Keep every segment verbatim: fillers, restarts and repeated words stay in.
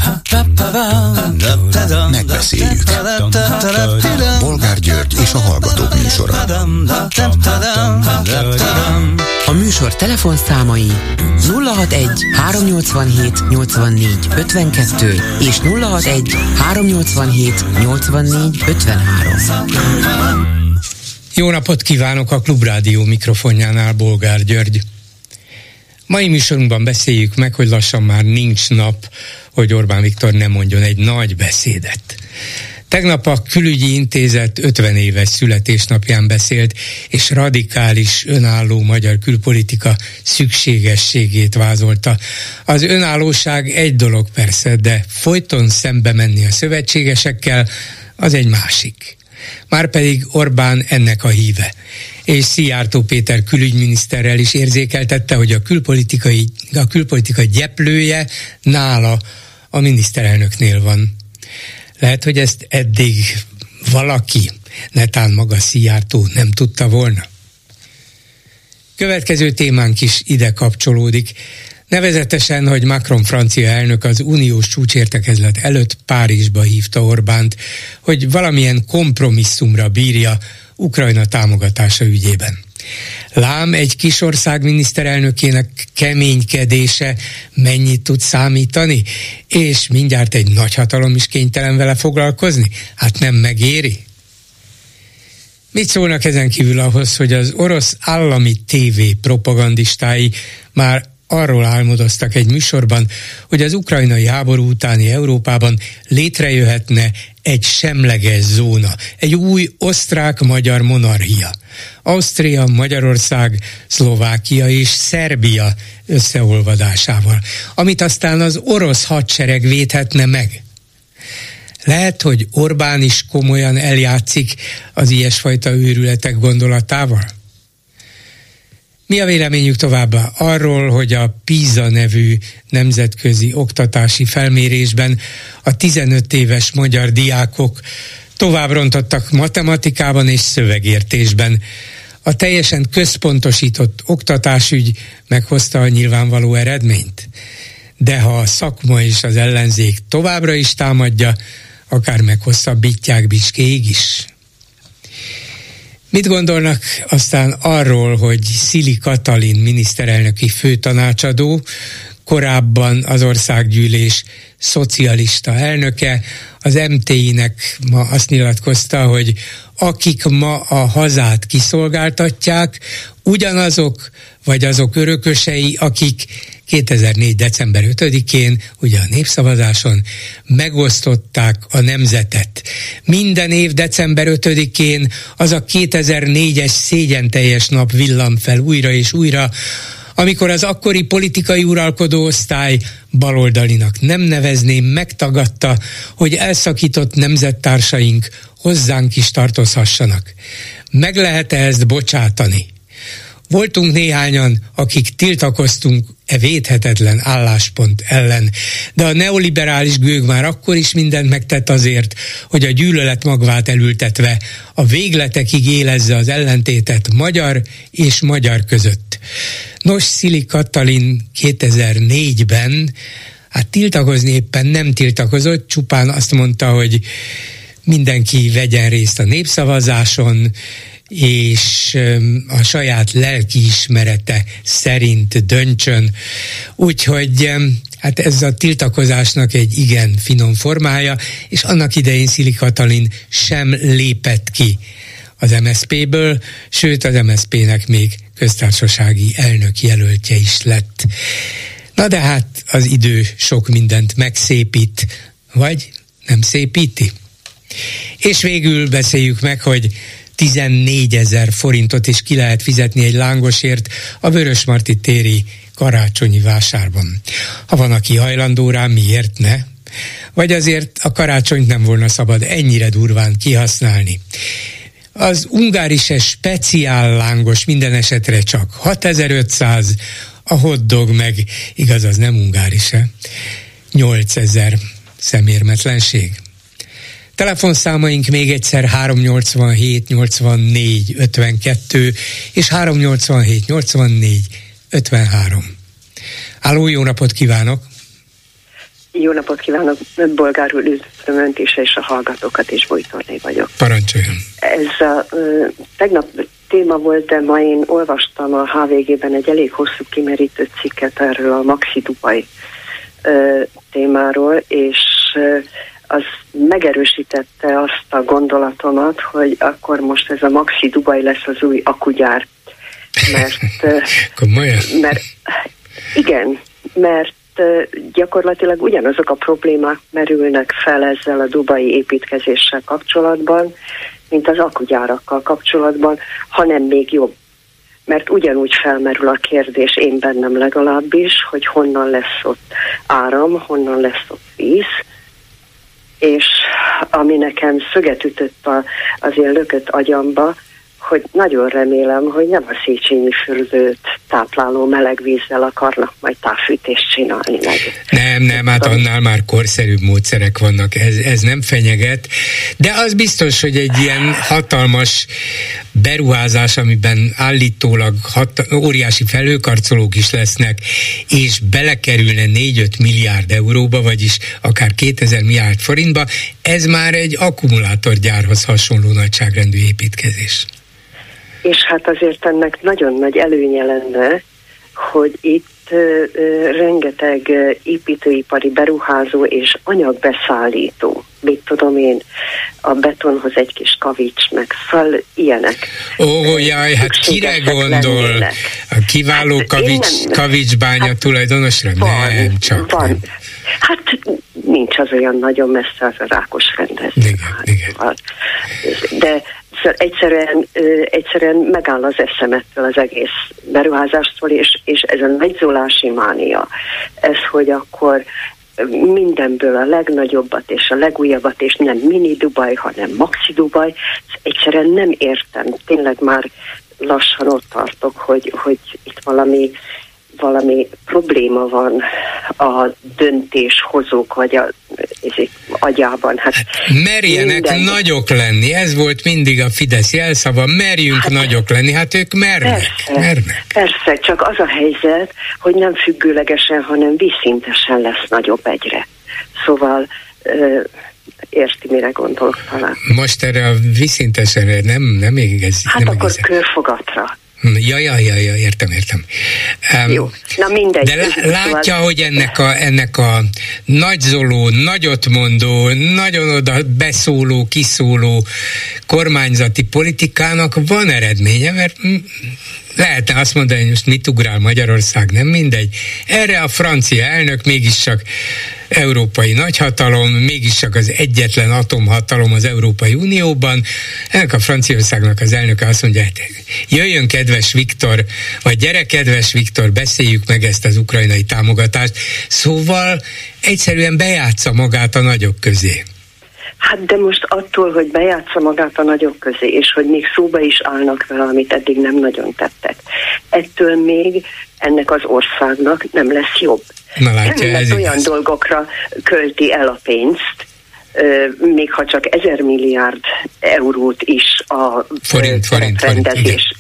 Megbeszéljük. Bolgár György és a Hallgatók műsora. A műsor telefonszámai nulla hatvanegy háromnyolcvanhét nyolcvannégy ötvenkettő és nulla hatvanegy háromnyolcvanhét nyolcvannégy ötvenhárom. Jó napot kívánok, a Klubrádió mikrofonjánál Bolgár György. Mai műsorunkban beszéljük meg, hogy lassan már nincs nap, hogy Orbán Viktor ne mondjon egy nagy beszédet. Tegnap a Külügyi Intézet ötven éves születésnapján beszélt, és radikális, önálló magyar külpolitika szükségességét vázolta. Az önállóság egy dolog persze, de folyton szembe menni a szövetségesekkel, az egy másik. Márpedig Orbán ennek a híve. És Szijjártó Péter külügyminiszterrel is érzékeltette, hogy a külpolitikai, a külpolitika gyeplője nála, a miniszterelnöknél van. Lehet, hogy ezt eddig valaki, netán maga Szijjártó nem tudta volna. Következő témánk is ide kapcsolódik. Nevezetesen, hogy Macron francia elnök az uniós csúcsértekezlet előtt Párizsba hívta Orbánt, hogy valamilyen kompromisszumra bírja Ukrajna támogatása ügyében. Lám egy kis ország miniszterelnökének keménykedése mennyit tud számítani, és mindjárt egy nagyhatalom is kénytelen vele foglalkozni? Hát nem megéri? Mit szólnak ezen kívül ahhoz, hogy az orosz állami tévé propagandistái már arról álmodoztak egy műsorban, hogy az ukrajnai háború utáni Európában létrejöhetne egy semleges zóna, egy új osztrák-magyar monarchia. Ausztria, Magyarország, Szlovákia és Szerbia összeolvadásával, amit aztán az orosz hadsereg védhetne meg. Lehet, hogy Orbán is komolyan eljátszik az ilyesfajta őrületek gondolatával? Mi a véleményük továbbá arról, hogy a PISA nevű nemzetközi oktatási felmérésben a tizenöt éves magyar diákok tovább rontottak matematikában és szövegértésben. A teljesen központosított oktatásügy meghozta a nyilvánvaló eredményt. De ha a szakma és az ellenzék továbbra is támadja, akár meghosszabbítják bicskéig is. Mit gondolnak aztán arról, hogy Szili Katalin miniszterelnöki főtanácsadó, korábban az országgyűlés szocialista elnöke, az em té i-nek ma azt nyilatkozta, hogy akik ma a hazát kiszolgáltatják, ugyanazok, vagy azok örökösei, akik kétezer-négy. december ötödikén, ugye a népszavazáson megosztották a nemzetet. Minden év december ötödikén az a kétezer-négyes szégyenteljes nap villan fel újra és újra, amikor az akkori politikai uralkodó osztály, baloldalinak nem nevezném, megtagadta, hogy elszakított nemzettársaink hozzánk is tartozhassanak. Meg lehet-e ezt bocsátani? Voltunk néhányan, akik tiltakoztunk e védhetetlen álláspont ellen, de a neoliberális gőg már akkor is mindent megtett azért, hogy a gyűlölet magvát elültetve a végletekig élezze az ellentétet magyar és magyar között. Nos, Szili Katalin kétezer-négyben, hát tiltakozni éppen nem tiltakozott, csupán azt mondta, hogy mindenki vegyen részt a népszavazáson, és a saját lelkiismerete szerint döntsön. Úgyhogy hát ez a tiltakozásnak egy igen finom formája, és annak idején Szili Katalin sem lépett ki az em es zé pé-ből, sőt az em es zé pé-nek még köztársasági elnök jelöltje is lett. Na de hát az idő sok mindent megszépít, vagy nem szépíti? És végül beszéljük meg, hogy tizennégyezer forintot is ki lehet fizetni egy lángosért a Vörösmarty téri karácsonyi vásárban. Ha van, aki hajlandó rá, miért ne? Vagy azért a karácsonyt nem volna szabad ennyire durván kihasználni. Az Ungarisze speciál lángos minden esetre csak hatezer-ötszáz, a hotdog meg, igaz, az nem Ungarisze, nyolcezer, szemérmetlenség. Telefonszámaink még egyszer háromnyolcvanhét nyolcvannégy ötvenkettő és háromnyolcvanhét nyolcvannégy ötvenhárom. Háló, jó napot kívánok! Jó napot kívánok, Bolgár úr, üdvözlöm Önt is, és a hallgatókat is, Bújtorné vagyok. Parancsoljon. Ez a uh, tegnap téma volt, de ma én olvastam a há vé gében egy elég hosszú kimerítő cikket erről a Maxi Dubai uh, témáról, és uh, az megerősítette azt a gondolatomat, hogy akkor most ez a Maxi Dubai lesz az új akugyár. Mert, Komolyan? mert igen, mert gyakorlatilag ugyanazok a problémák merülnek fel ezzel a dubai építkezéssel kapcsolatban, mint az akugyárakkal kapcsolatban, hanem még jobb. Mert ugyanúgy felmerül a kérdés, én bennem legalábbis, hogy honnan lesz ott áram, honnan lesz ott víz, és ami nekem szöget ütött a, az ilyen lökött agyamba, hogy nagyon remélem, hogy nem a Széchenyi fürdőt tápláló melegvízzel akarnak majd távfűtést csinálni meg. Nem, nem, hát annál már korszerűbb módszerek vannak, ez, ez nem fenyeget, de az biztos, hogy egy ilyen hatalmas beruházás, amiben állítólag hat, óriási felhőkarcolók is lesznek, és belekerülne négy-öt milliárd euróba, vagyis akár kétezer milliárd forintba, ez már egy akkumulátorgyárhoz hasonló nagyságrendű építkezés. És hát azért ennek nagyon nagy előnye lenne, hogy itt ö, ö, rengeteg építőipari beruházó és anyagbeszállító, mit tudom én, a betonhoz egy kis kavics, meg fel, ilyenek. Ó, jaj, hát kire gondol? Lennének. A kiváló hát kavics, kavicsbánya hát tulajdonosra? Van, nem, csak van. nem. Hát nincs az olyan nagyon messze az a Rákos rendezvény. Igen, igen. De egyszerűen, egyszerűen megáll az eszem ettől az egész beruházástól, és, és ez a nagyzolási mánia, ez, hogy akkor mindenből a legnagyobbat és a legújabbat, és nem mini Dubaj, hanem Maxi Dubaj, egyszerűen nem értem. Tényleg már lassan ott tartok, hogy, hogy itt valami valami probléma van a döntéshozók vagy a ezek agyában. Hát, hát merjenek minden... nagyok lenni, ez volt mindig a Fidesz jelszava, merjünk hát, nagyok lenni, hát ők mernek, persze, mernek. Persze, csak az a helyzet, hogy nem függőlegesen, hanem vízszintesen lesz nagyobb egyre. Szóval ö, érti, mire gondolok talán. Most erre a vízszintesenre nem, nem még ez. Hát nem akkor egészen. Körfogatra. Ja, ja, ja, ja, értem, értem. Um, Jó, na mindegy. De lá- látja, hogy ennek a, ennek a nagyzoló, nagyotmondó, nagyon oda beszóló, kiszóló kormányzati politikának van eredménye, mert lehetne azt mondani, hogy most mit ugrál Magyarország, nem mindegy. Erre a francia elnök mégiscsak európai nagyhatalom, mégiscsak az egyetlen atomhatalom az Európai Unióban. Ennek a Franciaországnak az elnöke azt mondja, hát jöjjön kedves Viktor, vagy gyere kedves Viktor, beszéljük meg ezt az ukrajnai támogatást. Szóval egyszerűen bejátsza magát a nagyok közé. Hát de most attól, hogy bejátsza magát a nagyok közé, és hogy még szóba is állnak vele, amit eddig nem nagyon tettek, ettől még ennek az országnak nem lesz jobb. Na látja, ez olyan igaz. Dolgokra költi el a pénzt, még ha csak ezer milliárd eurót is a forint, forint, rendezés.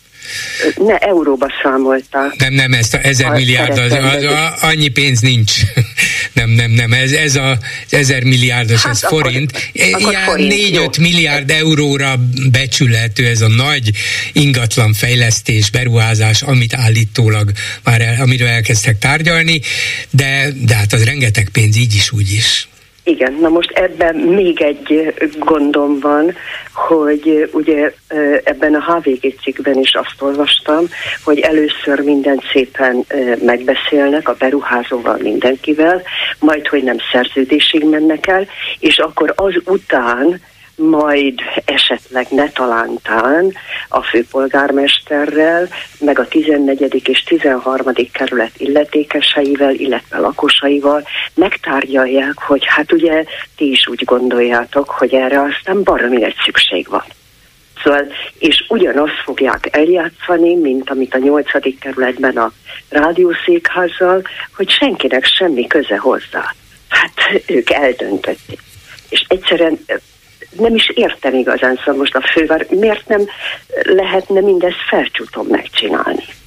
Ne, euróba számolta. Nem, nem, ezt a ezer milliárd, az, az, az, annyi pénz nincs. nem, nem, nem, ez, ez a ezer milliárdos, hát ez akkor, forint. Ilyen négy-öt milliárd euróra becsülhető ez a nagy ingatlan fejlesztés, beruházás, amit állítólag már el, amiről elkezdtek tárgyalni, de, de hát az rengeteg pénz így is, úgy is. Igen, na most ebben még egy gondom van, hogy ugye ebben a há vé gé cikkben is azt olvastam, hogy először mindent szépen megbeszélnek a beruházóval, mindenkivel, majd hogy nem szerződésig mennek el, és akkor az után majd esetleg netalántán a főpolgármesterrel, meg a tizennegyedik és tizenharmadik kerület illetékeseivel, illetve lakosaival megtárgyalják, hogy hát ugye ti is úgy gondoljátok, hogy erre aztán baromi nagy szükség van. Szóval, és ugyanazt fogják eljátszani, mint amit a nyolcadik kerületben a rádiószékházzal, hogy senkinek semmi köze hozzá. Hát ők eldöntötték. És egyszerűen nem is értem igazán, szóval most a fővár, miért nem lehetne mindezt felcsúton megcsinálni?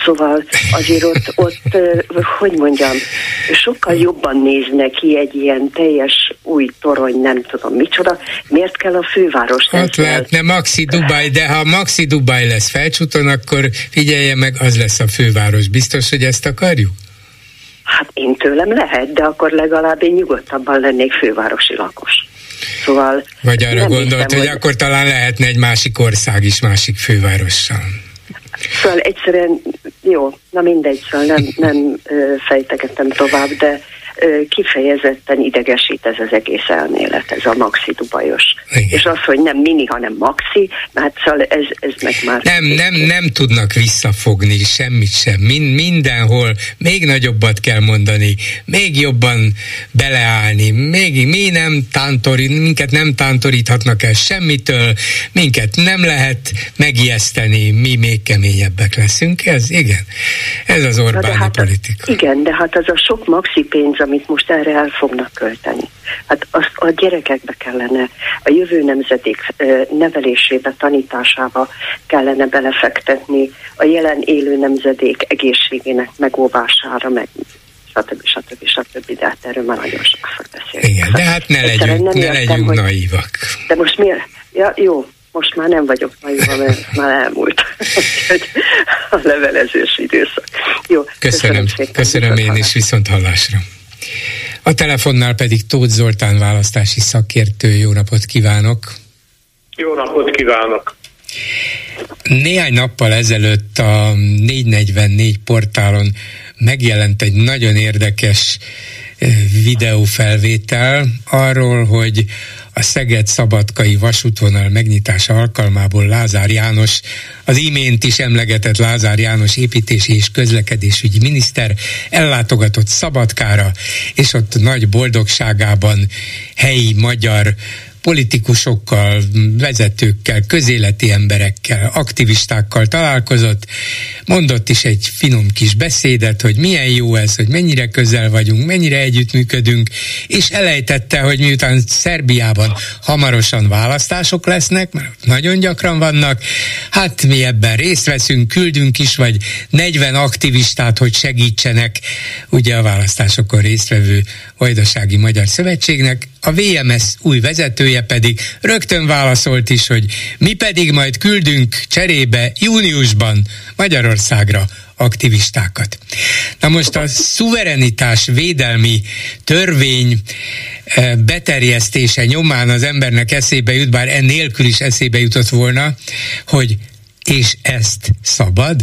Szóval azért ott, ott, hogy mondjam, sokkal jobban nézne ki egy ilyen teljes új torony, nem tudom micsoda. Miért kell a főváros? Hát lehetne Maxi Dubai, de ha Maxi Dubai lesz Felcsúton, akkor figyelje meg, az lesz a főváros. Biztos, hogy ezt akarjuk? Hát én tőlem lehet, de akkor legalább én nyugodtabban lennék fővárosi lakos. Szóval... Vagy arra gondolt, hogy, hogy akkor talán lehetne egy másik ország is másik fővárossal. Szóval egyszerűen, jó, na mindegy, szóval nem, nem ö, fejtegettem tovább, de ö, kifejezetten idegesít ez az egész elmélet, ez a Maxi Dubajos. Igen. És az, hogy nem mini, hanem Maxi, hát szóval ez, ez meg már... Nem, nem, nem tudnak visszafogni semmit sem. Mind, mindenhol még nagyobbat kell mondani, még jobban beleállni, még mi nem tántorít, minket nem tántoríthatnak el semmitől, minket nem lehet megijeszteni, mi még keményebbek leszünk. Ez, igen, ez az Orbáni hát, politika. Igen, de hát az a sok Maxi pénz, amit most erre el fognak költeni. Hát azt a gyerekekbe kellene, a jövő nemzedék nevelésébe, tanításába kellene belefektetni, a jelen élő nemzedék egészségének megóvására, meg stb. stb. stb. De hát erről már nagyon sokszor beszélünk. Igen, de hát ne legyünk, ne értem, legyünk hogy, naívak. De most miért? Ja, jó, most már nem vagyok naiva, mert már elmúlt a levelezős időszak. Jó, köszönöm, köszönöm, köszönöm én is, viszont hallásra. A telefonnál pedig Tóth Zoltán választási szakértő. Jó napot kívánok! Jó napot kívánok! Néhány nappal ezelőtt a négyszáznegyvennégy portálon megjelent egy nagyon érdekes videófelvétel arról, hogy a Szeged-Szabadkai vasútvonal megnyitása alkalmából Lázár János, az imént is emlegetett Lázár János építési és közlekedésügyi miniszter ellátogatott Szabadkára, és ott nagy boldogságában helyi magyar politikusokkal, vezetőkkel, közéleti emberekkel, aktivistákkal találkozott, mondott is egy finom kis beszédet, hogy milyen jó ez, hogy mennyire közel vagyunk, mennyire együttműködünk, és elejtette, hogy miután Szerbiában hamarosan választások lesznek, mert nagyon gyakran vannak, hát mi ebben részt veszünk, küldünk is, vagy negyven aktivistát, hogy segítsenek, ugye a választásokon résztvevő Vajdasági Magyar Szövetségnek, a vé em es új vezetője pedig rögtön válaszolt is, hogy mi pedig majd küldünk cserébe júniusban Magyarországra aktivistákat. Na most a szuverenitás védelmi törvény beterjesztése nyomán az embernek eszébe jut, bár ennélkül is eszébe jutott volna, hogy és ezt szabad?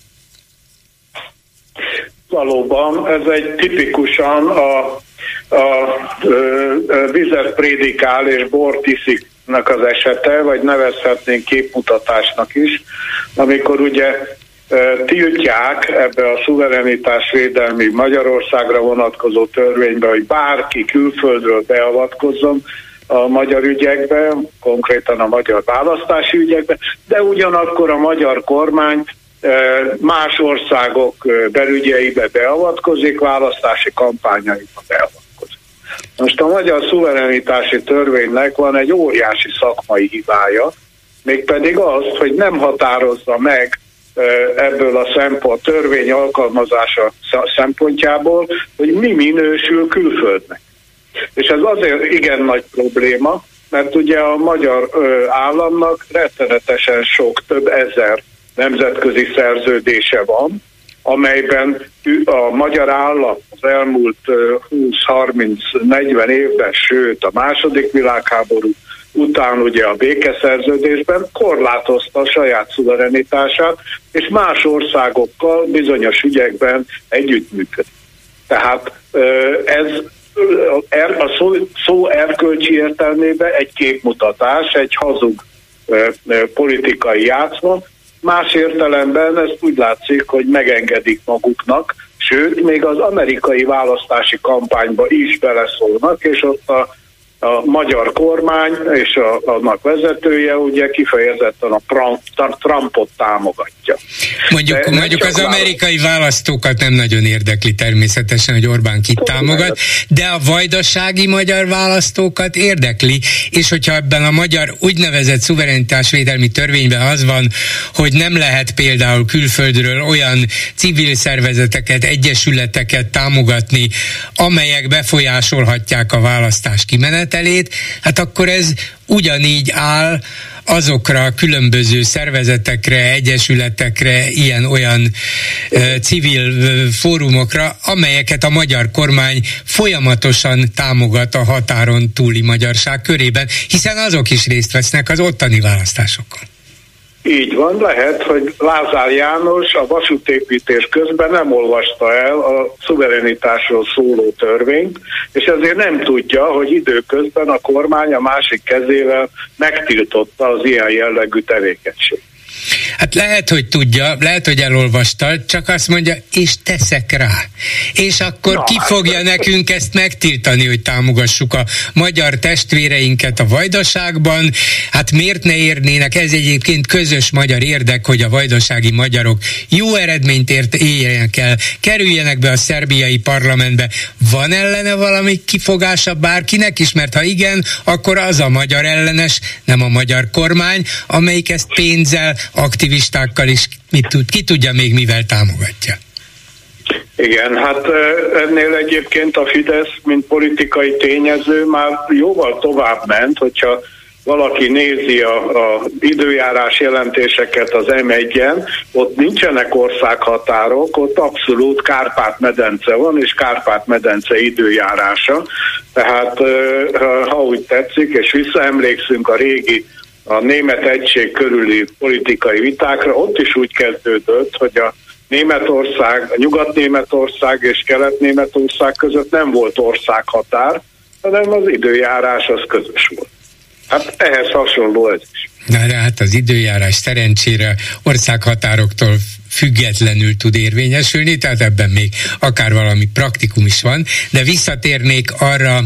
Valóban, ez egy tipikusan a a, a, a vizet prédikál és bort isziknak az esete, vagy nevezhetnénk képmutatásnak is, amikor ugye tiltják ebbe a szuverenitásvédelmi Magyarországra vonatkozó törvénybe, hogy bárki külföldről beavatkozzon a magyar ügyekbe, konkrétan a magyar választási ügyekbe, de ugyanakkor a magyar kormány más országok belügyeibe beavatkozik, választási kampányaiba beavatkozik. Most a magyar szuverenitási törvénynek van egy óriási szakmai hibája, mégpedig az, hogy nem határozza meg ebből a szempont, törvény alkalmazása szempontjából, hogy mi minősül külföldnek. És ez azért igen nagy probléma, mert ugye a magyar államnak rettenetesen sok, több ezer nemzetközi szerződése van, amelyben a magyar állam az elmúlt húsz harminc negyven évben, sőt a második világháború után ugye a békeszerződésben korlátozta a saját szuverenitását, és más országokkal bizonyos ügyekben együttműködik. Tehát ez a szó, szó erkölcsi értelmében egy képmutatás, egy hazug politikai játszma. Más értelemben ezt úgy látszik, hogy megengedik maguknak, sőt, még az amerikai választási kampányba is beleszólnak, és ott a, a magyar kormány és a, annak vezetője ugye kifejezetten a Trumpot támogatja. Mondjuk, mondjuk az amerikai választókat nem nagyon érdekli természetesen, hogy Orbán kit támogat, de a vajdasági magyar választókat érdekli, és hogyha ebben a magyar úgynevezett szuverenitásvédelmi törvényben az van, hogy nem lehet például külföldről olyan civil szervezeteket, egyesületeket támogatni, amelyek befolyásolhatják a választás kimenetelét, hát akkor ez ugyanígy áll azokra a különböző szervezetekre, egyesületekre, ilyen-olyan e, civil e, fórumokra, amelyeket a magyar kormány folyamatosan támogat a határon túli magyarság körében, hiszen azok is részt vesznek az ottani választásokon. Így van, lehet, hogy Lázár János a vasútépítés közben nem olvasta el a szuverenitásról szóló törvényt, és ezért nem tudja, hogy időközben a kormány a másik kezével megtiltotta az ilyen jellegű tevékenység. Hát lehet, hogy tudja, lehet, hogy elolvasta, csak azt mondja, és teszek rá. És akkor Na, ki fogja hát, nekünk ezt megtiltani, hogy támogassuk a magyar testvéreinket a Vajdaságban? Hát miért ne érnének? Ez egyébként közös magyar érdek, hogy a vajdasági magyarok jó eredményt ért, éljenek el, kerüljenek be a szerbiai parlamentbe. Van ellene valami kifogása bárkinek is? Mert ha igen, akkor az a magyar ellenes, nem a magyar kormány, amelyik ezt pénzzel, aktivistákkal is, mit tud, ki tudja még mivel támogatja. Igen, hát ennél egyébként a Fidesz, mint politikai tényező már jóval tovább ment, hogyha valaki nézi a, a időjárás jelentéseket az em egyen, ott nincsenek országhatárok, ott abszolút Kárpát-medence van, és Kárpát-medence időjárása. Tehát ha úgy tetszik, és visszaemlékszünk a régi a német egység körüli politikai vitákra, ott is úgy kezdődött, hogy a Németország, a Nyugat-Németország és Kelet-Németország között nem volt országhatár, hanem az időjárás az közös volt. Hát ehhez hasonló ez is. Na de hát az időjárás szerencsére országhatároktól függetlenül tud érvényesülni, tehát ebben még akár valami praktikum is van, de visszatérnék arra,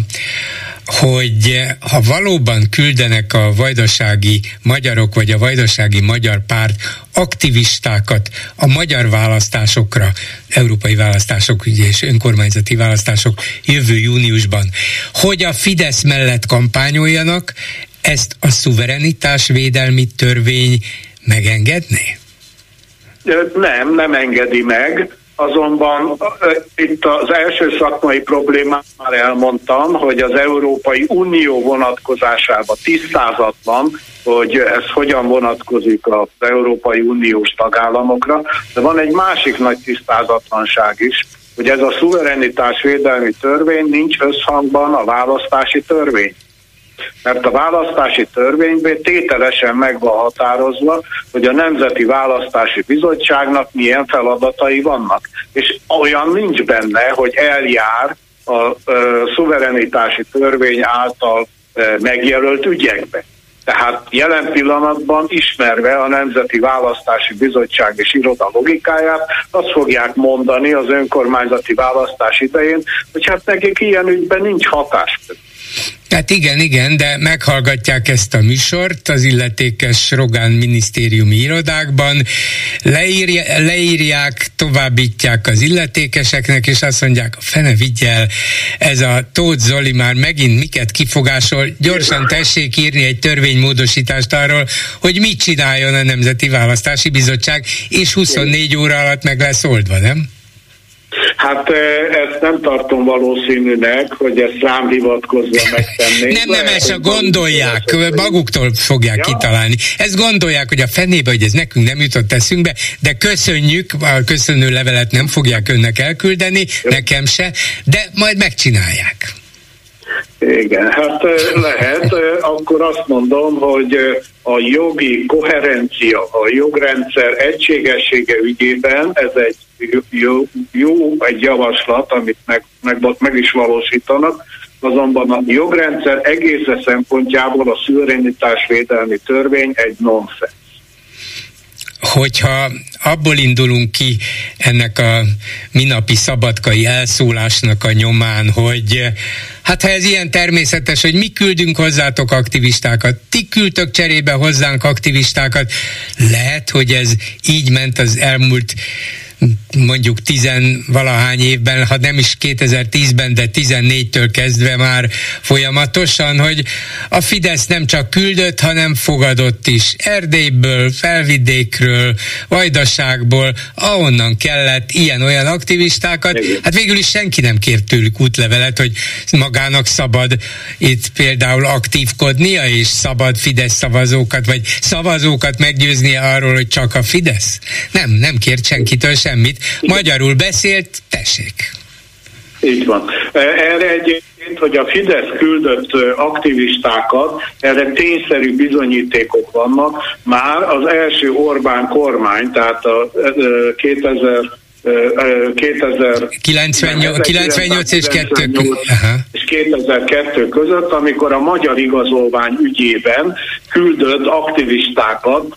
hogy ha valóban küldenek a vajdasági magyarok, vagy a vajdasági magyar párt aktivistákat a magyar választásokra, európai választások ugye, és önkormányzati választások jövő júniusban, hogy a Fidesz mellett kampányoljanak, ezt a szuverenitásvédelmi törvény megengedné? Nem, nem engedi meg. Azonban itt az első szakmai problémát már elmondtam, hogy az Európai Unió vonatkozásában tisztázatlan, hogy ez hogyan vonatkozik az Európai Uniós tagállamokra, de van egy másik nagy tisztázatlanság is, hogy ez a szuverenitásvédelmi törvény nincs összhangban a választási törvény. Mert a választási törvényben tételesen meg van határozva, hogy a Nemzeti Választási Bizottságnak milyen feladatai vannak. És olyan nincs benne, hogy eljár a ö, szuverenitási törvény által ö, megjelölt ügyekbe. Tehát jelen pillanatban ismerve a Nemzeti Választási Bizottság és iroda logikáját, azt fogják mondani az önkormányzati választás idején, hogy hát nekik ilyen ügyben nincs hatáskör. Hát igen, igen, de meghallgatják ezt a műsort az illetékes Rogán minisztériumi irodákban, leírja, leírják, továbbítják az illetékeseknek, és azt mondják, a fene vigyel, ez a Tóth Zoli már megint miket kifogásol, gyorsan tessék írni egy törvénymódosítást arról, hogy mit csináljon a Nemzeti Választási Bizottság, és huszonnégy óra alatt meg lesz oldva, nem? Hát ezt nem tartom valószínűnek, hogy ezt rám hivatkozva megtennék. Nem, nem, ezt csak gondolják, maguktól fogják ja. kitalálni. Ezt gondolják, hogy a fenébe, hogy ez nekünk nem jutott eszünkbe, de köszönjük, a köszönő levelet nem fogják önnek elküldeni, ja. nekem se, de majd megcsinálják. Igen, hát lehet, akkor azt mondom, hogy a jogi koherencia, a jogrendszer egységessége ügyében ez egy jó, jó egy javaslat, amit meg, meg, meg is valósítanak, azonban a jogrendszer egész szempontjából a szuverenitásvédelmi törvény egy nonsens. hogyha abból indulunk ki ennek a minapi szabadkai elszólásnak a nyomán, hogy hát ha ez ilyen természetes, hogy mi küldünk hozzátok aktivistákat, ti küldtök cserébe hozzánk aktivistákat, lehet, hogy ez így ment az elmúlt mondjuk tizenvalahány évben, ha nem is kétezer-tízben, de tizennégytől kezdve már folyamatosan, hogy a Fidesz nem csak küldött, hanem fogadott is. Erdélyből, Felvidékről, Vajdaságból, ahonnan kellett ilyen-olyan aktivistákat. Hát végül is senki nem kért tőlük útlevelet, hogy magának szabad itt például aktívkodnia, és szabad Fidesz szavazókat, vagy szavazókat meggyőznie arról, hogy csak a Fidesz. Nem, nem kért senkitől semmit. Magyarul beszélt, tessék. Így van. Erre egyébként, hogy a Fidesz küldött aktivistákat, erre tényszerű bizonyítékok vannak. Már az első Orbán kormány, tehát a kétezer kilencvennyolc és kettő és kétezer-kettő között, amikor a magyar igazolvány ügyében küldött aktivistákat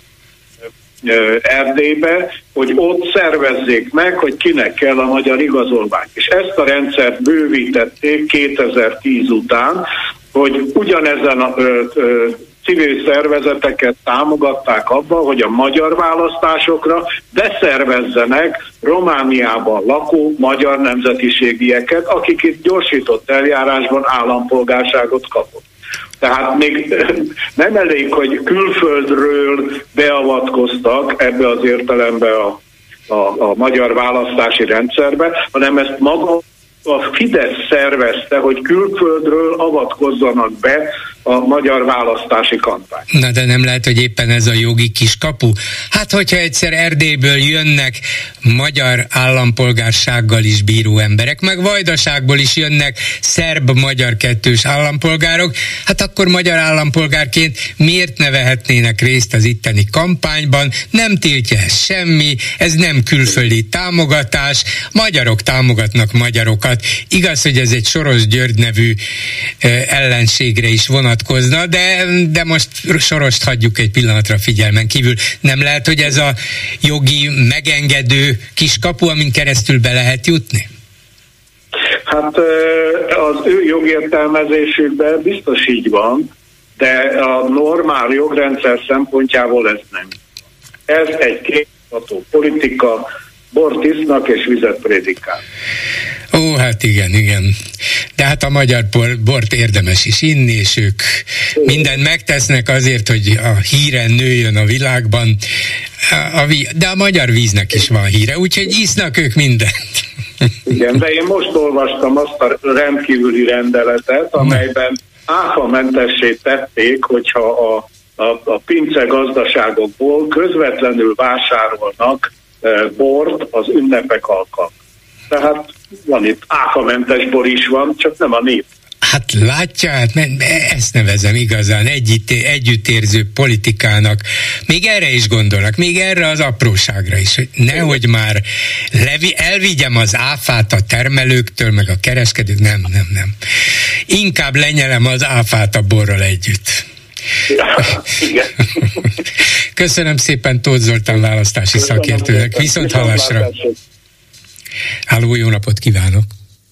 Erdélybe, hogy ott szervezzék meg, hogy kinek kell a magyar igazolvány. És ezt a rendszert bővítették kétezer-tíz után, hogy ugyanezen a ö, ö, civil szervezeteket támogatták abban, hogy a magyar választásokra beszervezzenek Romániában lakó magyar nemzetiségieket, akik itt gyorsított eljárásban állampolgárságot kapott. Tehát még nem elég, hogy külföldről beavatkoztak ebbe az értelembe a, a, a magyar választási rendszerbe, hanem ezt maga a Fidesz szervezte, hogy külföldről avatkozzanak be a magyar választási kampány. Na de nem lehet, hogy éppen ez a jogi kiskapu? Hát hogyha egyszer Erdélyből jönnek magyar állampolgársággal is bíró emberek, meg Vajdaságból is jönnek szerb-magyar kettős állampolgárok, hát akkor magyar állampolgárként miért ne vehetnének részt az itteni kampányban? Nem tiltja ez semmi, ez nem külföldi támogatás, magyarok támogatnak magyarokat. Igaz, hogy ez egy Soros György nevű ellenségre is vonatkozna, de, de most Sorost hagyjuk egy pillanatra figyelmen kívül. Nem lehet, hogy ez a jogi megengedő kiskapu, amin keresztül be lehet jutni? Hát az ő jogértelmezésükben biztos így van, de a normál jogrendszer szempontjából ez nem. Ez egy képmutató politika, bort isznak és vizet prédikál. Ó, hát igen, igen. De hát a magyar bort érdemes is inni, és ők mindent megtesznek azért, hogy a híre nőjön a világban. A ví- de a magyar víznek is van híre, úgyhogy isznak ők mindent. Igen, de én most olvastam azt a rendkívüli rendeletet, amelyben áfamentessé tették, hogyha a, a, a pince gazdaságokból közvetlenül vásárolnak e, bort az ünnepek alkalmával. Tehát van itt áfamentes bor is van, csak nem a nép. Hát látja, hát ezt nevezem igazán együtt, együttérző politikának. Még erre is gondolok, még erre az apróságra is, hogy nehogy már levi, elvigyem az áfát a termelőktől, meg a kereskedők, nem, nem, nem. Inkább lenyelem az áfát a borral együtt. Ja, igen. Köszönöm szépen Tóth Zoltán választási Köszönöm szakértőnek. Szépen. Viszont hallásra. Halló, jó napot kívánok!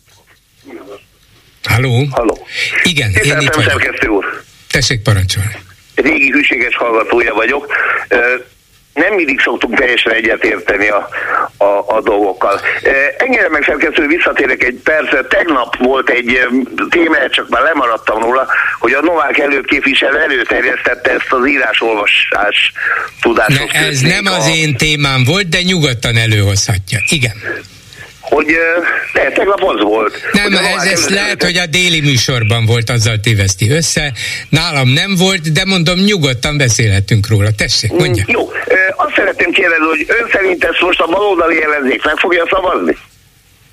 Halló? Halló. Igen, én itt vagyok. Szerkesztő úr. Tessék parancsolni. Régi hűséges hallgatója vagyok. Nem mindig szoktunk teljesen egyetérteni a, a, a dolgokkal. Engedje meg, szerkesztő, visszatérek egy percre. Tegnap volt egy téma, csak már lemaradtam róla, hogy a Novák előképviselő előterjesztette ezt az írás-olvasás tudásos. Ne, ez nem a... az én témám volt, de nyugodtan előhozhatja. Igen. Hogy de, tegnap az volt. Nem, ez, ez lehet, hogy a déli műsorban volt, azzal téveszti össze. Nálam nem volt, de mondom, nyugodtan beszélhetünk róla. Tessék, mondja. Jó, azt szeretném kérdezni, hogy ön szerint ezt most a baloldali ellenzék meg fogja szavazni?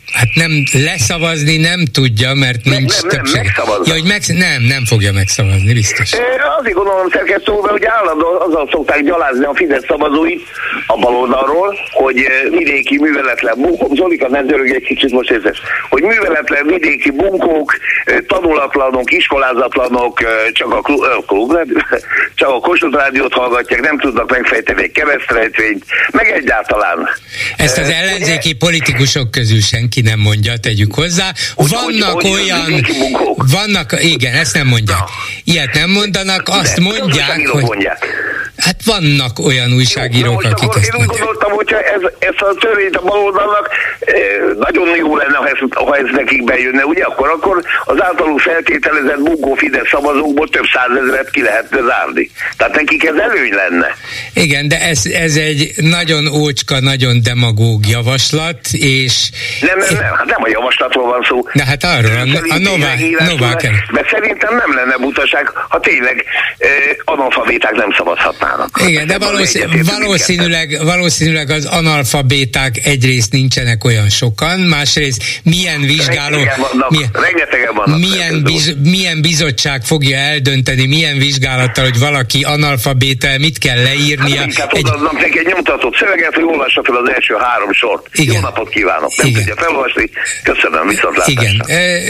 Hát nem leszavazni nem tudja, mert nem, nincs nem, többség. Nem, megszavazza. Ja, hogy megsz- nem, nem fogja megszavazni, biztos. É, azért gondolom, szerkesztő úr, hogy állandóan azzal szokták gyalázni a Fidesz szavazóit a baloldalról, hogy vidéki műveletlen bunkók, Zolika, ne dörög egy kicsit most érzes, hogy műveletlen vidéki bunkók, tanulatlanok, iskolázatlanok, csak a klub, klub csak a Kossuth Rádiót hallgatják, nem tudnak megfejteni egy keresztrejtvényt, meg egyáltalán. Ezt az ellenzéki politikusok közül senki nem mondja, tegyük hozzá. Vannak hogy, hogy olyan... Vannak, igen, ezt nem mondják. Na. Ilyet nem mondanak, azt de, mondják, hogy... Mondják. Hát vannak olyan újságírók, jó, akik ezt én úgy gondoltam, hogyha ez, ez a törvényt a baloldalnak eh, nagyon jó lenne, ha ez, ha ez nekik bejönne, ugye? Akkor, akkor az általuk feltételezett bunkó Fidesz szavazókból több százezret ki lehetne zárni. Tehát nekik ez előny lenne. Igen, de ez, ez egy nagyon ócska, nagyon demagóg javaslat, és... Nem, nem, nem, hát nem a javaslatról van szó. De hát arról, a, a Novák... Novák mert szerintem nem lenne butaság, ha tényleg eh, analfabéták nem szavazhatnának. Igen, de valószínűleg, valószínűleg, valószínűleg az analfabéták egyrészt nincsenek olyan sokan, másrészt milyen vizsgáló, vannak, milyen, vannak, milyen, biz, milyen bizottság fogja eldönteni, milyen vizsgálattal, hogy valaki analfabéta, mit kell leírnia. Hát inkább egy... odaadnak neki egy nyomtatott szöveget, hogy olvassa fel az első három sort. Igen. Jó napot kívánok, nem Igen. tudja felolvasni, köszönöm, viszontlátásra. Igen,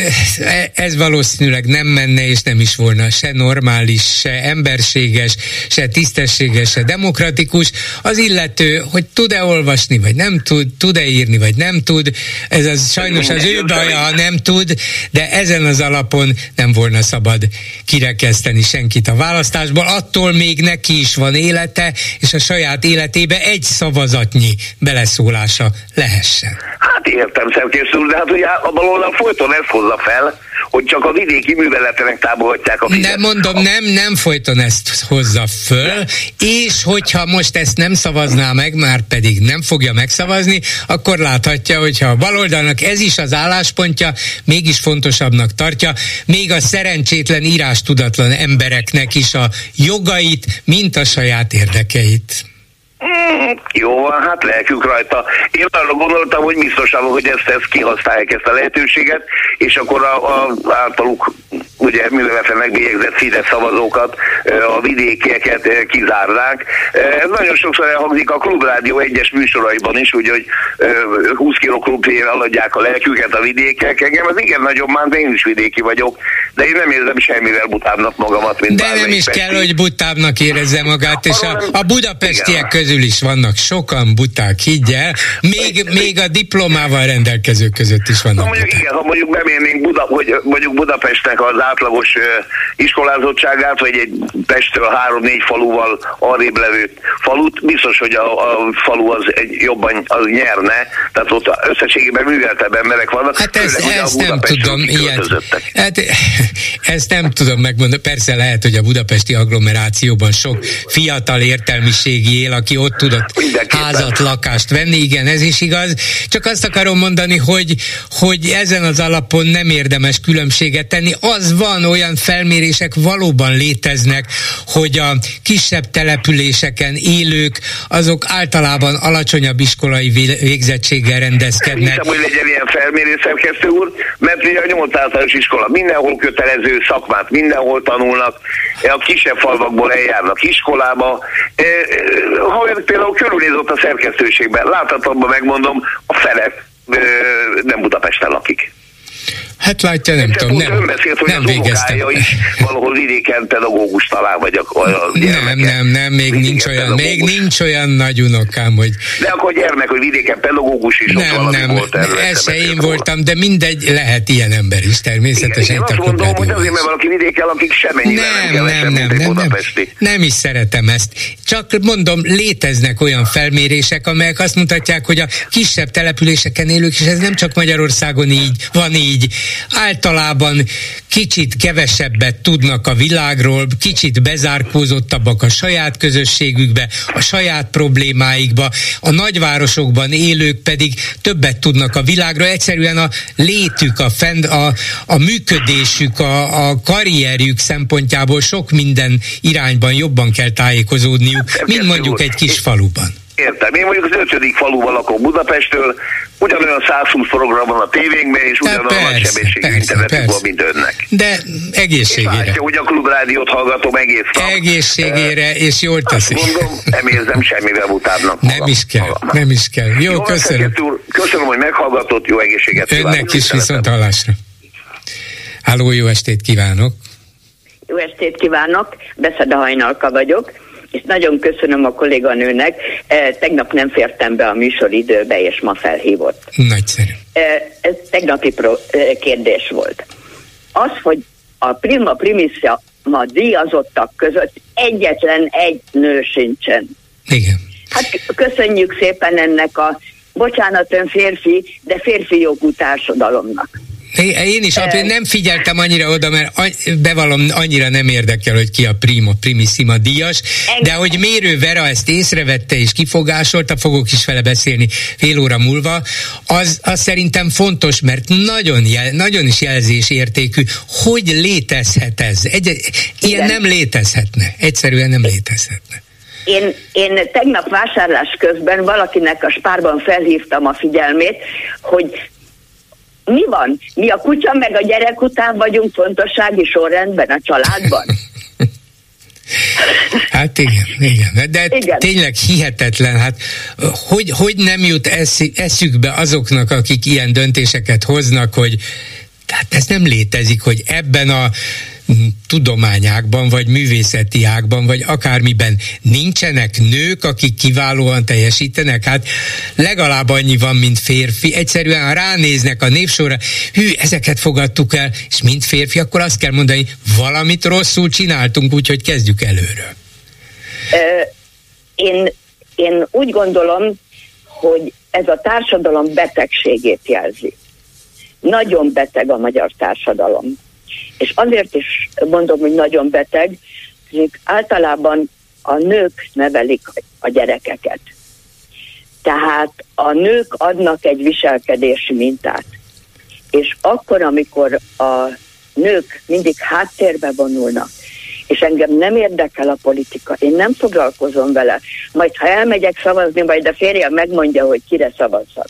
ez valószínűleg nem menne, és nem is volna se normális, se emberséges, se tisztességes, se demokratikus. Az illető, hogy tud-e olvasni, vagy nem tud, tud-e írni, vagy nem tud, ez az sajnos az ő baja, ha nem tud, de ezen az alapon nem volna szabad kirekeszteni senkit a választásból, attól még neki is van élete, és a saját életébe egy szavazatnyi beleszólása lehessen. Hát értem, szerkesztő úr, de hát ugye a baloldal folyton ezt hozza fel, hogy csak a vidéki műveletenek támogatják a Fidesz. Nem mondom, nem, nem folyton ezt hozza föl, és hogyha most ezt nem szavazná meg, már pedig nem fogja megszavazni, akkor láthatja, hogyha a baloldalnak ez is az álláspontja, mégis fontosabbnak tartja, még a szerencsétlen írástudatlan embereknek is a jogait, mint a saját érdekeit. Mm, jó van, hát lelkük rajta. Én arra gondoltam, hogy biztosan, hogy ezt, ezt kihasználják, ezt a lehetőséget, és akkor a, a általuk ugye műveletlen megbélyegzett Fidesz szavazókat, a vidékieket kizárnák. Ez nagyon sokszor elhangzik a Klubrádió egyes műsoraiban is, úgyhogy húsz kiló klubjére aladják a lelküket a vidékek. Engem az igen nagyon már, de én is vidéki vagyok, de én nem érzem semmivel butábbnak magamat, mint de nem is pesti. Kell, hogy butábbnak érezze magát, és a, a budapestiek igen. közül is vannak sokan buták, higgyel, még, még a diplomával rendelkezők között is vannak. Ha mondjuk, igen, ha mondjuk bemérnénk Buda, hogy mondjuk Budapestnek az átlagos uh, iskolázottságát, vagy egy Pestről három-négy faluval arrébb levő falut, biztos, hogy a, a falu az egy jobban az nyerne, tehát ott összességében műveltebb emberek vannak. Hát ez, főleg, ezt nem tudom, ilyet, hát, ezt nem tudom megmondani. Persze lehet, hogy a budapesti agglomerációban sok fiatal értelmiségi él, aki ott tudott házat, lakást venni, igen, ez is igaz. Csak azt akarom mondani, hogy, hogy ezen az alapon nem érdemes különbséget tenni. Az van, olyan felmérések valóban léteznek, hogy a kisebb településeken élők, azok általában alacsonyabb iskolai végzettséggel rendezkednek. Hiszem, hogy legyen ilyen felmérés, szerkesztő úr, mert ugye a nyolc általános iskola mindenhol kötelező szakmát, mindenhol tanulnak, a kisebb falvakból eljárnak iskolába. Ha ön például körülnézott a szerkesztőségben, láthatatlanban megmondom, a fele nem Budapesten lakik. Hát látja, nem Egyszer tudom, nem, beszélt, hogy nem végeztem. is valahol vidéken pedagógus talán, vagy a, a Nem, nem, nem, még nincs olyan, még nincs olyan nagy unokám, hogy... De akkor gyermek, hogy vidéken pedagógus is nem, ott nem, volt. Nem, ez se én voltam, de mindegy, lehet ilyen ember is, természetesen. Igen, én azt mondom, hogy azért, mert valaki vidéken lakik semmennyivel nem, nem kevesebb, nem, nem, nem, nem, nem is szeretem ezt. Csak mondom, léteznek olyan felmérések, amelyek azt mutatják, hogy a kisebb településeken élők, és ez nem csak Magyarországon így, van így, általában kicsit kevesebbet tudnak a világról, kicsit bezárkózottabbak a saját közösségükbe, a saját problémáikba, a nagyvárosokban élők pedig többet tudnak a világról, egyszerűen a létük, a, fenn, a, a működésük, a, a karrierjük szempontjából sok minden irányban jobban kell tájékozódniuk, mint mondjuk egy kis faluban. Értem. Én mondjuk az ötödik faluban lakom Budapestről, ugyanolyan százhúsz program van a tévénkben, és ugyanolyan nagy sebességű internetünk van, mint önnek. De egészségére. És látja, hogy a Klubrádiót hallgatom egész nap. Egészségére, uh, és jól teszi. Azt mondom, nem érzem semmivel utábbnak. Nem is kell, magam. nem is kell. Jó, jó köszönöm. Úr, köszönöm, hogy meghallgatott, jó egészséget kívánok. Önnek is viszont hallásra. Háló, jó estét kívánok. Jó estét kívánok, Beszeda Hajnalka vagyok, és nagyon köszönöm a kolléganőnek, tegnap nem fértem be a műsoridőbe, és ma felhívott. Nagyszerű. Ez tegnapi pro- kérdés volt. Az, hogy a prima primissima díjazottak között egyetlen egy nő sincsen. Igen. Hát köszönjük szépen ennek a, bocsánat, ön férfi, de férfi jogú társadalomnak. Én is én nem figyeltem annyira oda, mert bevallom, annyira nem érdekel, hogy ki a prima, primissima díjas, de hogy Mérő Vera ezt észrevette és kifogásolta, fogok is vele beszélni fél óra múlva, az, az szerintem fontos, mert nagyon, jel, nagyon is jelzésértékű, hogy létezhet ez. Egy, ilyen Igen. nem létezhetne. Egyszerűen nem létezhetne. Én, én tegnap vásárlás közben valakinek a Spárban felhívtam a figyelmét, hogy mi van? Mi a kutya meg a gyerek után vagyunk fontossági sorrendben a családban? Hát igen, igen. De igen. Tényleg hihetetlen, hát hogy, hogy nem jut eszükbe azoknak, akik ilyen döntéseket hoznak, hogy tehát ez nem létezik, hogy ebben a tudományágban, vagy művészeti ágban, vagy akármiben nincsenek nők, akik kiválóan teljesítenek, hát legalább annyi van, mint férfi. Egyszerűen, ha ránéznek a névsorra, hű, ezeket fogadtuk el, és mint férfi, akkor azt kell mondani, valamit rosszul csináltunk, úgyhogy kezdjük előről. Ö, én, én úgy gondolom, hogy ez a társadalom betegségét jelzi. Nagyon beteg a magyar társadalom. És azért is mondom, hogy nagyon beteg, hogy általában a nők nevelik a gyerekeket. Tehát a nők adnak egy viselkedési mintát. És akkor, amikor a nők mindig háttérbe vonulnak, és engem nem érdekel a politika, én nem foglalkozom vele, majd ha elmegyek szavazni, majd a férjem megmondja, hogy kire szavazzak.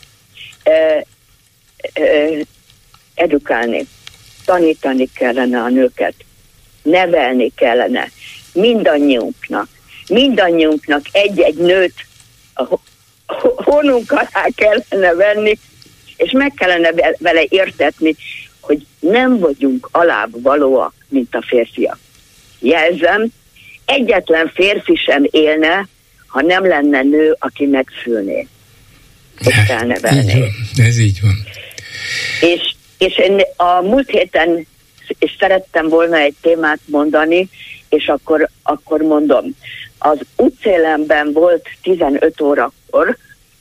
E, e, edukálni. Tanítani kellene a nőket, nevelni kellene mindannyiunknak, mindannyiunknak egy-egy nőt a hónunk alá kellene venni, és meg kellene vele értetni, hogy nem vagyunk alább valóak, mint a férfiak. Jelzem, egyetlen férfi sem élne, ha nem lenne nő, aki megszülné, és felnevelné. Ez így van. És És én a múlt héten és szerettem volna egy témát mondani, és akkor, akkor mondom. Az útszélemben volt tizenöt órakor,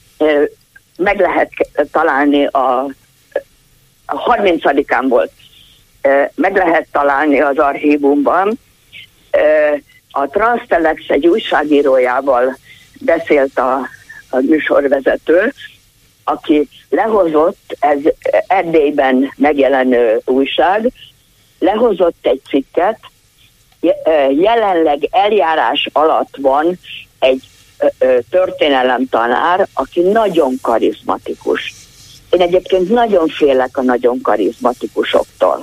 meg lehet találni a, a harmincadikán volt, meg lehet találni az archívumban. A Transtelex egy újságírójával beszélt a, a műsorvezető, aki lehozott, ez Erdélyben megjelenő újság, lehozott egy cikket, jelenleg eljárás alatt van egy történelemtanár, aki nagyon karizmatikus. Én egyébként nagyon félek a nagyon karizmatikusoktól.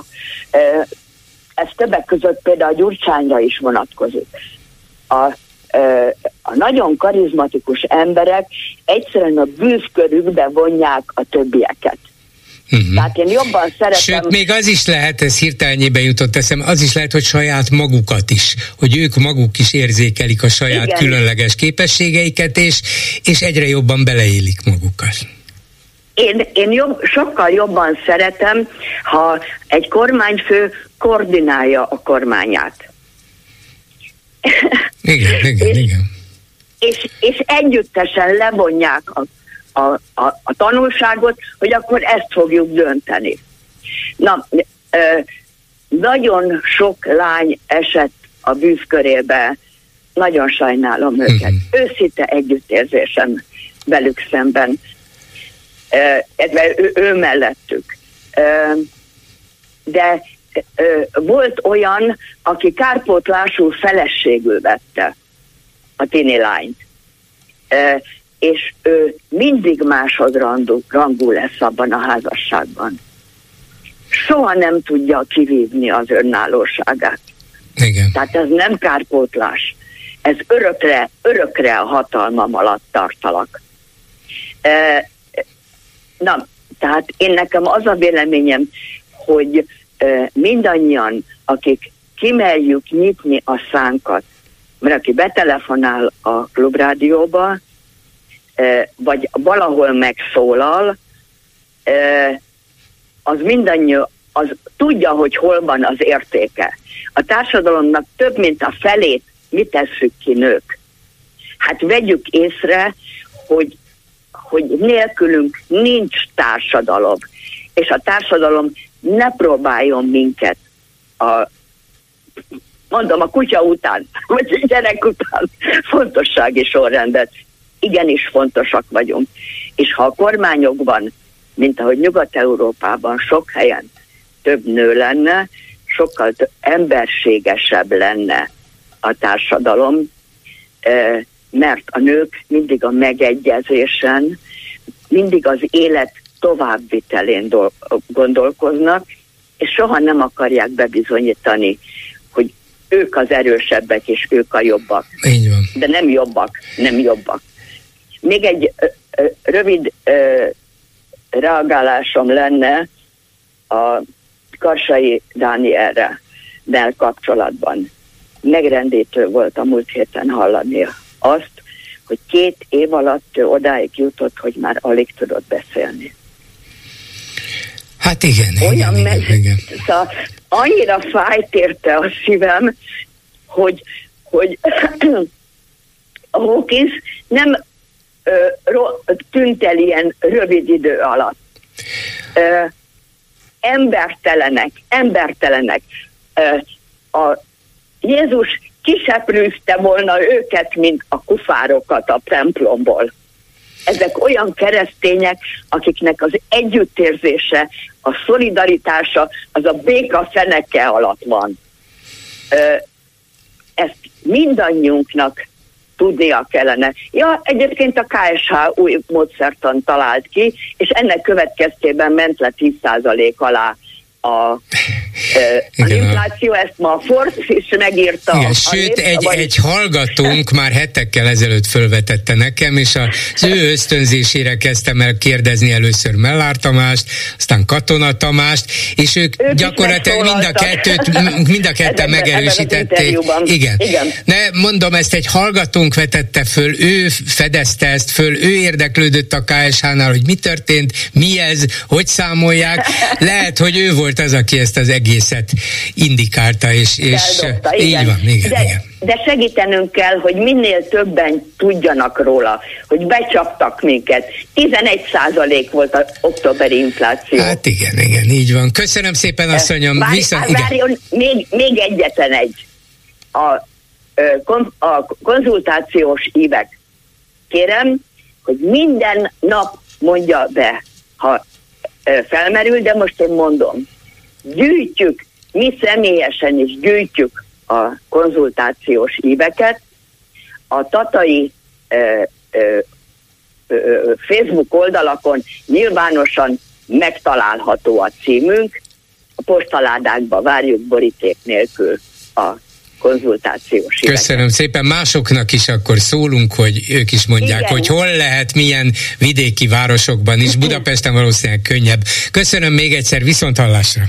Ez többek között például a Gyurcsányra is vonatkozik. A a nagyon karizmatikus emberek egyszerűen a bűvkörükbe vonják a többieket. Uh-huh. Tehát én jobban szeretem... Sőt, még az is lehet, ez hirtelenjébe jutott eszem, az is lehet, hogy saját magukat is, hogy ők maguk is érzékelik a saját Igen. különleges képességeiket, és, és egyre jobban beleélik magukat. Én, én jobb, sokkal jobban szeretem, ha egy kormányfő koordinálja a kormányát. Igen, igen, és, igen. És, és együttesen levonják a, a, a, a tanulságot, hogy akkor ezt fogjuk dönteni. Na, ö, nagyon sok lány esett a bűvkörébe, nagyon sajnálom őket. Uh-huh. Őszinte együttérzésem velük szemben, ö, ő, ő mellettük. Ö, de volt olyan, aki kárpótlásul feleségül vette a tini lányt. és ő mindig másodrangú rangú lesz abban a házasságban. Soha nem tudja kivívni az önállóságát. Igen. Tehát ez nem kárpótlás. Ez örökre, örökre a hatalmam alatt tartalak. Na, tehát én nekem az a véleményem, hogy mindannyian, akik kimerjük nyitni a szánkat, mert aki betelefonál a klubrádióba, vagy valahol megszólal, az mindannyian az tudja, hogy hol van az értéke. A társadalomnak több mint a felét mi tesszük ki nők. Hát vegyük észre, hogy, hogy nélkülünk nincs társadalom, és a társadalom ne próbáljon minket a, mondom, a kutya után, vagy a gyerek után fontossági sorrendet. Igenis fontosak vagyunk. És ha a kormányokban, mint ahogy Nyugat-Európában sok helyen több nő lenne, sokkal több emberségesebb lenne a társadalom, mert a nők mindig a megegyezésen, mindig az élet továbbvitelén gondolkoznak, és soha nem akarják bebizonyítani, hogy ők az erősebbek, és ők a jobbak. Így van. De nem jobbak, nem jobbak. Még egy ö, ö, rövid ö, reagálásom lenne a Karsai Dánielre del kapcsolatban. Megrendítő volt a múlt héten hallani azt, hogy két év alatt ő odáig jutott, hogy már alig tudott beszélni. Hát igen, olyan igen, meg, igen, igen. Szóval annyira fájt érte a szívem, hogy, hogy a Hawkins nem ö, ro, tűnt el ilyen rövid idő alatt. Ö, embertelenek, embertelenek. Ö, a Jézus kiseprűzte volna őket, mint a kufárokat a templomból. Ezek olyan keresztények, akiknek az együttérzése, a szolidaritása, az a béka feneke alatt van. Ezt mindannyiunknak tudnia kellene. Ja, egyébként a ká es há új módszertan talált ki, és ennek következtében ment le tíz százalék alá a, az infláció, ezt ma a Forbes is megírta. Igen, sőt, nép, egy, vagy... egy hallgatónk már hetekkel ezelőtt fölvetette nekem, és az ő ösztönzésére kezdtem el kérdezni először Mellár Tamást, aztán Katona Tamást, és ők, ők gyakorlatilag mind a kettőt, mind a ketten megerősítették. Igen. Igen. Ne, mondom, ezt egy hallgatónk vetette föl, ő fedezte ezt föl, ő érdeklődött a ká es há-nál, hogy mi történt, mi ez, hogy számolják. Lehet, hogy ő volt az, aki ezt az egészet indikálta, és, és Eldobta, így igen. van, igen, de, igen. De segítenünk kell, hogy minél többen tudjanak róla, hogy becsaptak minket. tizenegy százalék volt az októberi infláció. Hát igen, igen, így van. Köszönöm szépen, asszonyom. Várj, Vissza, várjon, még, még egyetlen egy. A, a konzultációs ívek. Kérem, hogy minden nap mondja be, ha felmerül, de most én mondom, gyűjtjük, mi személyesen is gyűjtjük a konzultációs íveket, a tatai ö, ö, ö, Facebook oldalakon nyilvánosan megtalálható a címünk, a postaládákba várjuk boríték nélkül a konzultációs íveket. Köszönöm szépen, másoknak is akkor szólunk, hogy ők is mondják, igen, hogy hol lehet, milyen vidéki városokban is, Budapesten valószínűleg könnyebb. Köszönöm még egyszer, viszonthallásra.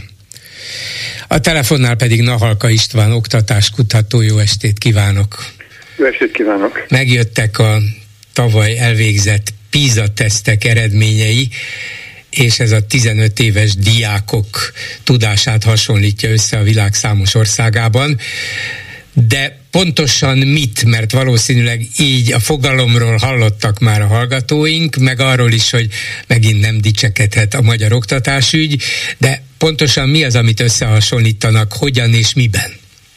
A telefonnál pedig Nahalka István, oktatáskutató, jó estét kívánok. Jó estét kívánok. Megjöttek a tavaly elvégzett PISA-tesztek eredményei, és ez a tizenöt éves diákok tudását hasonlítja össze a világ számos országában. De pontosan mit, mert valószínűleg így a fogalomról hallottak már a hallgatóink, meg arról is, hogy megint nem dicsekedhet a magyar oktatásügy, de pontosan mi az, amit összehasonlítanak, hogyan és miben?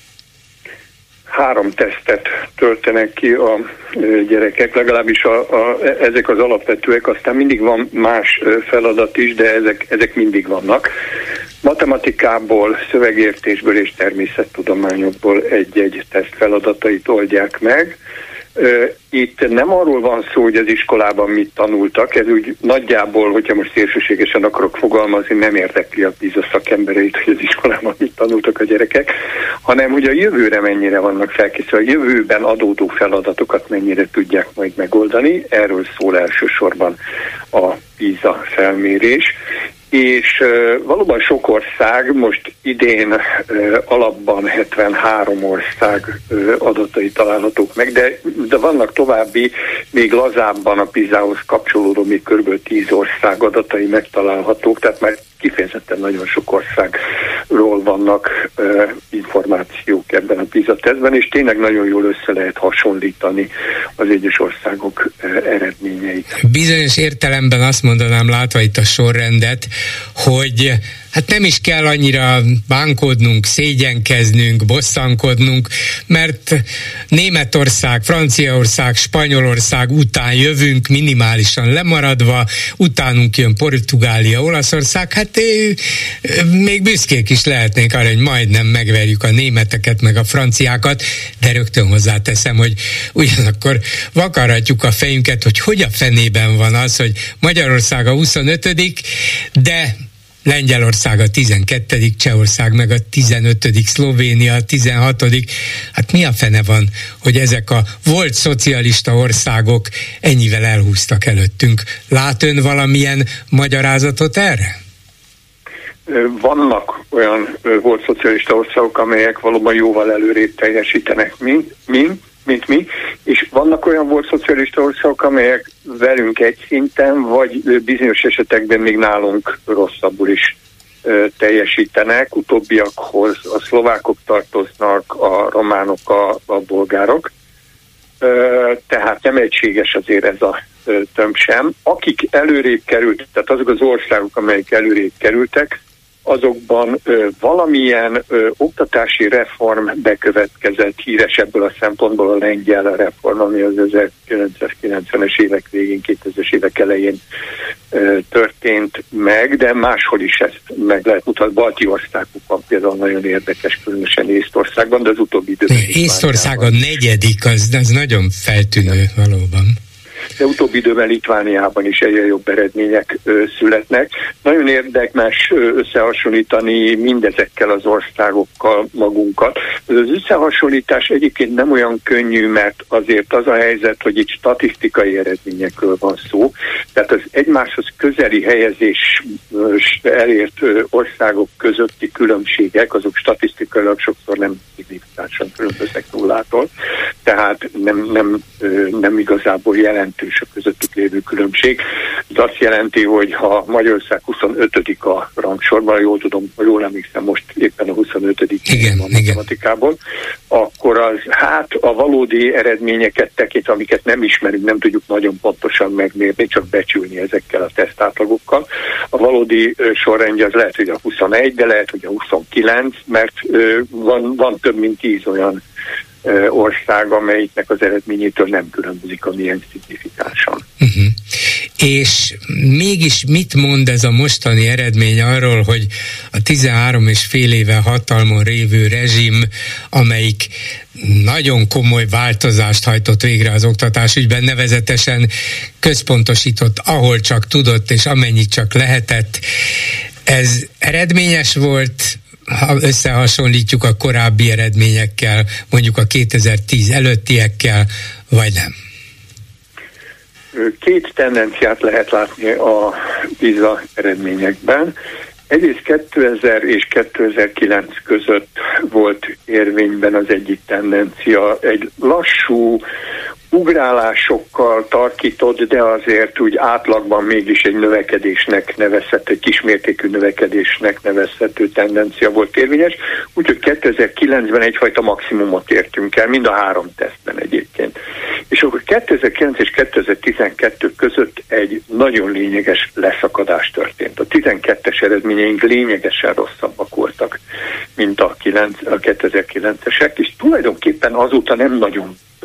Három tesztet töltenek ki a gyerekek, legalábbis a, a, ezek az alapvetőek, aztán mindig van más feladat is, de ezek, ezek mindig vannak. Matematikából, szövegértésből és természettudományokból egy-egy teszt feladatait oldják meg. Itt nem arról van szó, hogy az iskolában mit tanultak, ez úgy nagyjából, hogyha most szélsőségesen akarok fogalmazni, nem érdekli a PISA szakembereit, hogy az iskolában mit tanultak a gyerekek, hanem hogy a jövőre mennyire vannak felkészülve, a jövőben adódó feladatokat mennyire tudják majd megoldani, erről szól elsősorban a PISA felmérés. És uh, valóban sok ország, most idén uh, alapban hetvenhárom ország uh, adatai találhatók meg, de, de vannak további, még lazábban a PISA-hoz kapcsolódó, még kb. tíz ország adatai megtalálhatók, tehát már kifejezetten nagyon sok országról vannak uh, információk ebben a PISA tesztben, és tényleg nagyon jól össze lehet hasonlítani az egyes országok uh, eredményeit. Bizonyos értelemben azt mondanám, látva itt a sorrendet, hogy hát nem is kell annyira bánkodnunk, szégyenkeznünk, bosszankodnunk, mert Németország, Franciaország, Spanyolország után jövünk minimálisan lemaradva, utánunk jön Portugália, Olaszország, hát még büszkék is lehetnénk arra, hogy majdnem megverjük a németeket, meg a franciákat, de rögtön hozzáteszem, hogy ugyanakkor vakarhatjuk a fejünket, hogy hogy a fenében van az, hogy Magyarország a huszonötödik, de Lengyelország a tizenkettedik, Csehország meg a tizenötödik, Szlovénia a tizenhatodik. Hát mi a fene van, hogy ezek a volt szocialista országok ennyivel elhúztak előttünk? Lát ön valamilyen magyarázatot erre? Vannak olyan volt szocialista országok, amelyek valóban jóval előrébb teljesítenek, mint, mint mint mi, és vannak olyan volt szocialista országok, amelyek velünk egy szinten, vagy bizonyos esetekben még nálunk rosszabbul is ö, teljesítenek. Utóbbiakhoz a szlovákok tartoznak, a románok, a, a bolgárok. Ö, tehát nem egységes azért ez a ö, tömb sem. Akik előrébb kerültek, tehát azok az országok, amelyek előrébb kerültek, azokban ö, valamilyen ö, oktatási reform bekövetkezett, híres ebből a szempontból a lengyel reform, ami az ezerkilencszázkilencvenes évek végén, kétezres évek elején ö, történt meg, de máshol is ezt meg lehet mutatni. Balti országokban például nagyon érdekes, különösen Észtországban, de az utóbbi időben... Észtország a negyedik, az, az nagyon feltűnő valóban. De utóbbi időben Litvániában is egyre jobb eredmények ö, születnek. Nagyon érdekes ö, összehasonlítani mindezekkel az országokkal magunkat. Az összehasonlítás egyébként nem olyan könnyű, mert azért az a helyzet, hogy itt statisztikai eredményekről van szó. Tehát az egymáshoz közeli helyezés elért ö, országok közötti különbségek, azok statisztikailag sokszor nem signifikánsan különböznek nullától. Tehát nem, nem, ö, nem igazából jelent a közöttük lévő különbség. Ez azt jelenti, hogy ha Magyarország huszonötödik a rangsorban, jól tudom, jól emlékszem, most éppen a huszonötödik igen, a matematikából, akkor az hát a valódi eredményeket tekint, amiket nem ismerünk, nem tudjuk nagyon pontosan megmérni, csak becsülni ezekkel a tesztátlagokkal. A valódi ö, sorrendje az lehet, hogy a huszonegy, de lehet, hogy a huszonkilenc, mert ö, van, van több mint tíz olyan ország, amelyiknek az eredményétől nem különbözik a milyen szignifikánsan. Uh-huh. És mégis mit mond ez a mostani eredmény arról, hogy a tizenhárom és fél éve hatalmon révő rezsim, amelyik nagyon komoly változást hajtott végre az oktatásügyben, nevezetesen központosított, ahol csak tudott, és amennyit csak lehetett, ez eredményes volt, ha összehasonlítjuk a korábbi eredményekkel, mondjuk a kétezer-tíz előttiekkel, vagy nem? Két tendenciát lehet látni a PISA eredményekben. Egyrészt kétezer és kétezer-kilenc között volt érvényben az egyik tendencia, egy lassú ugrálásokkal tarkított, de azért úgy átlagban mégis egy növekedésnek nevezhető, egy kismértékű növekedésnek nevezhető tendencia volt érvényes, úgyhogy kétezer-kilencben egyfajta maximumot értünk el, mind a három tesztben egyébként. És akkor kétezer-kilenc és kétezer-tizenkettő között egy nagyon lényeges leszakadás történt. A tizenkettes eredményeink lényegesen rosszabbak voltak, mint a, a kétezer-kilencesek, és tulajdonképpen azóta nem nagyon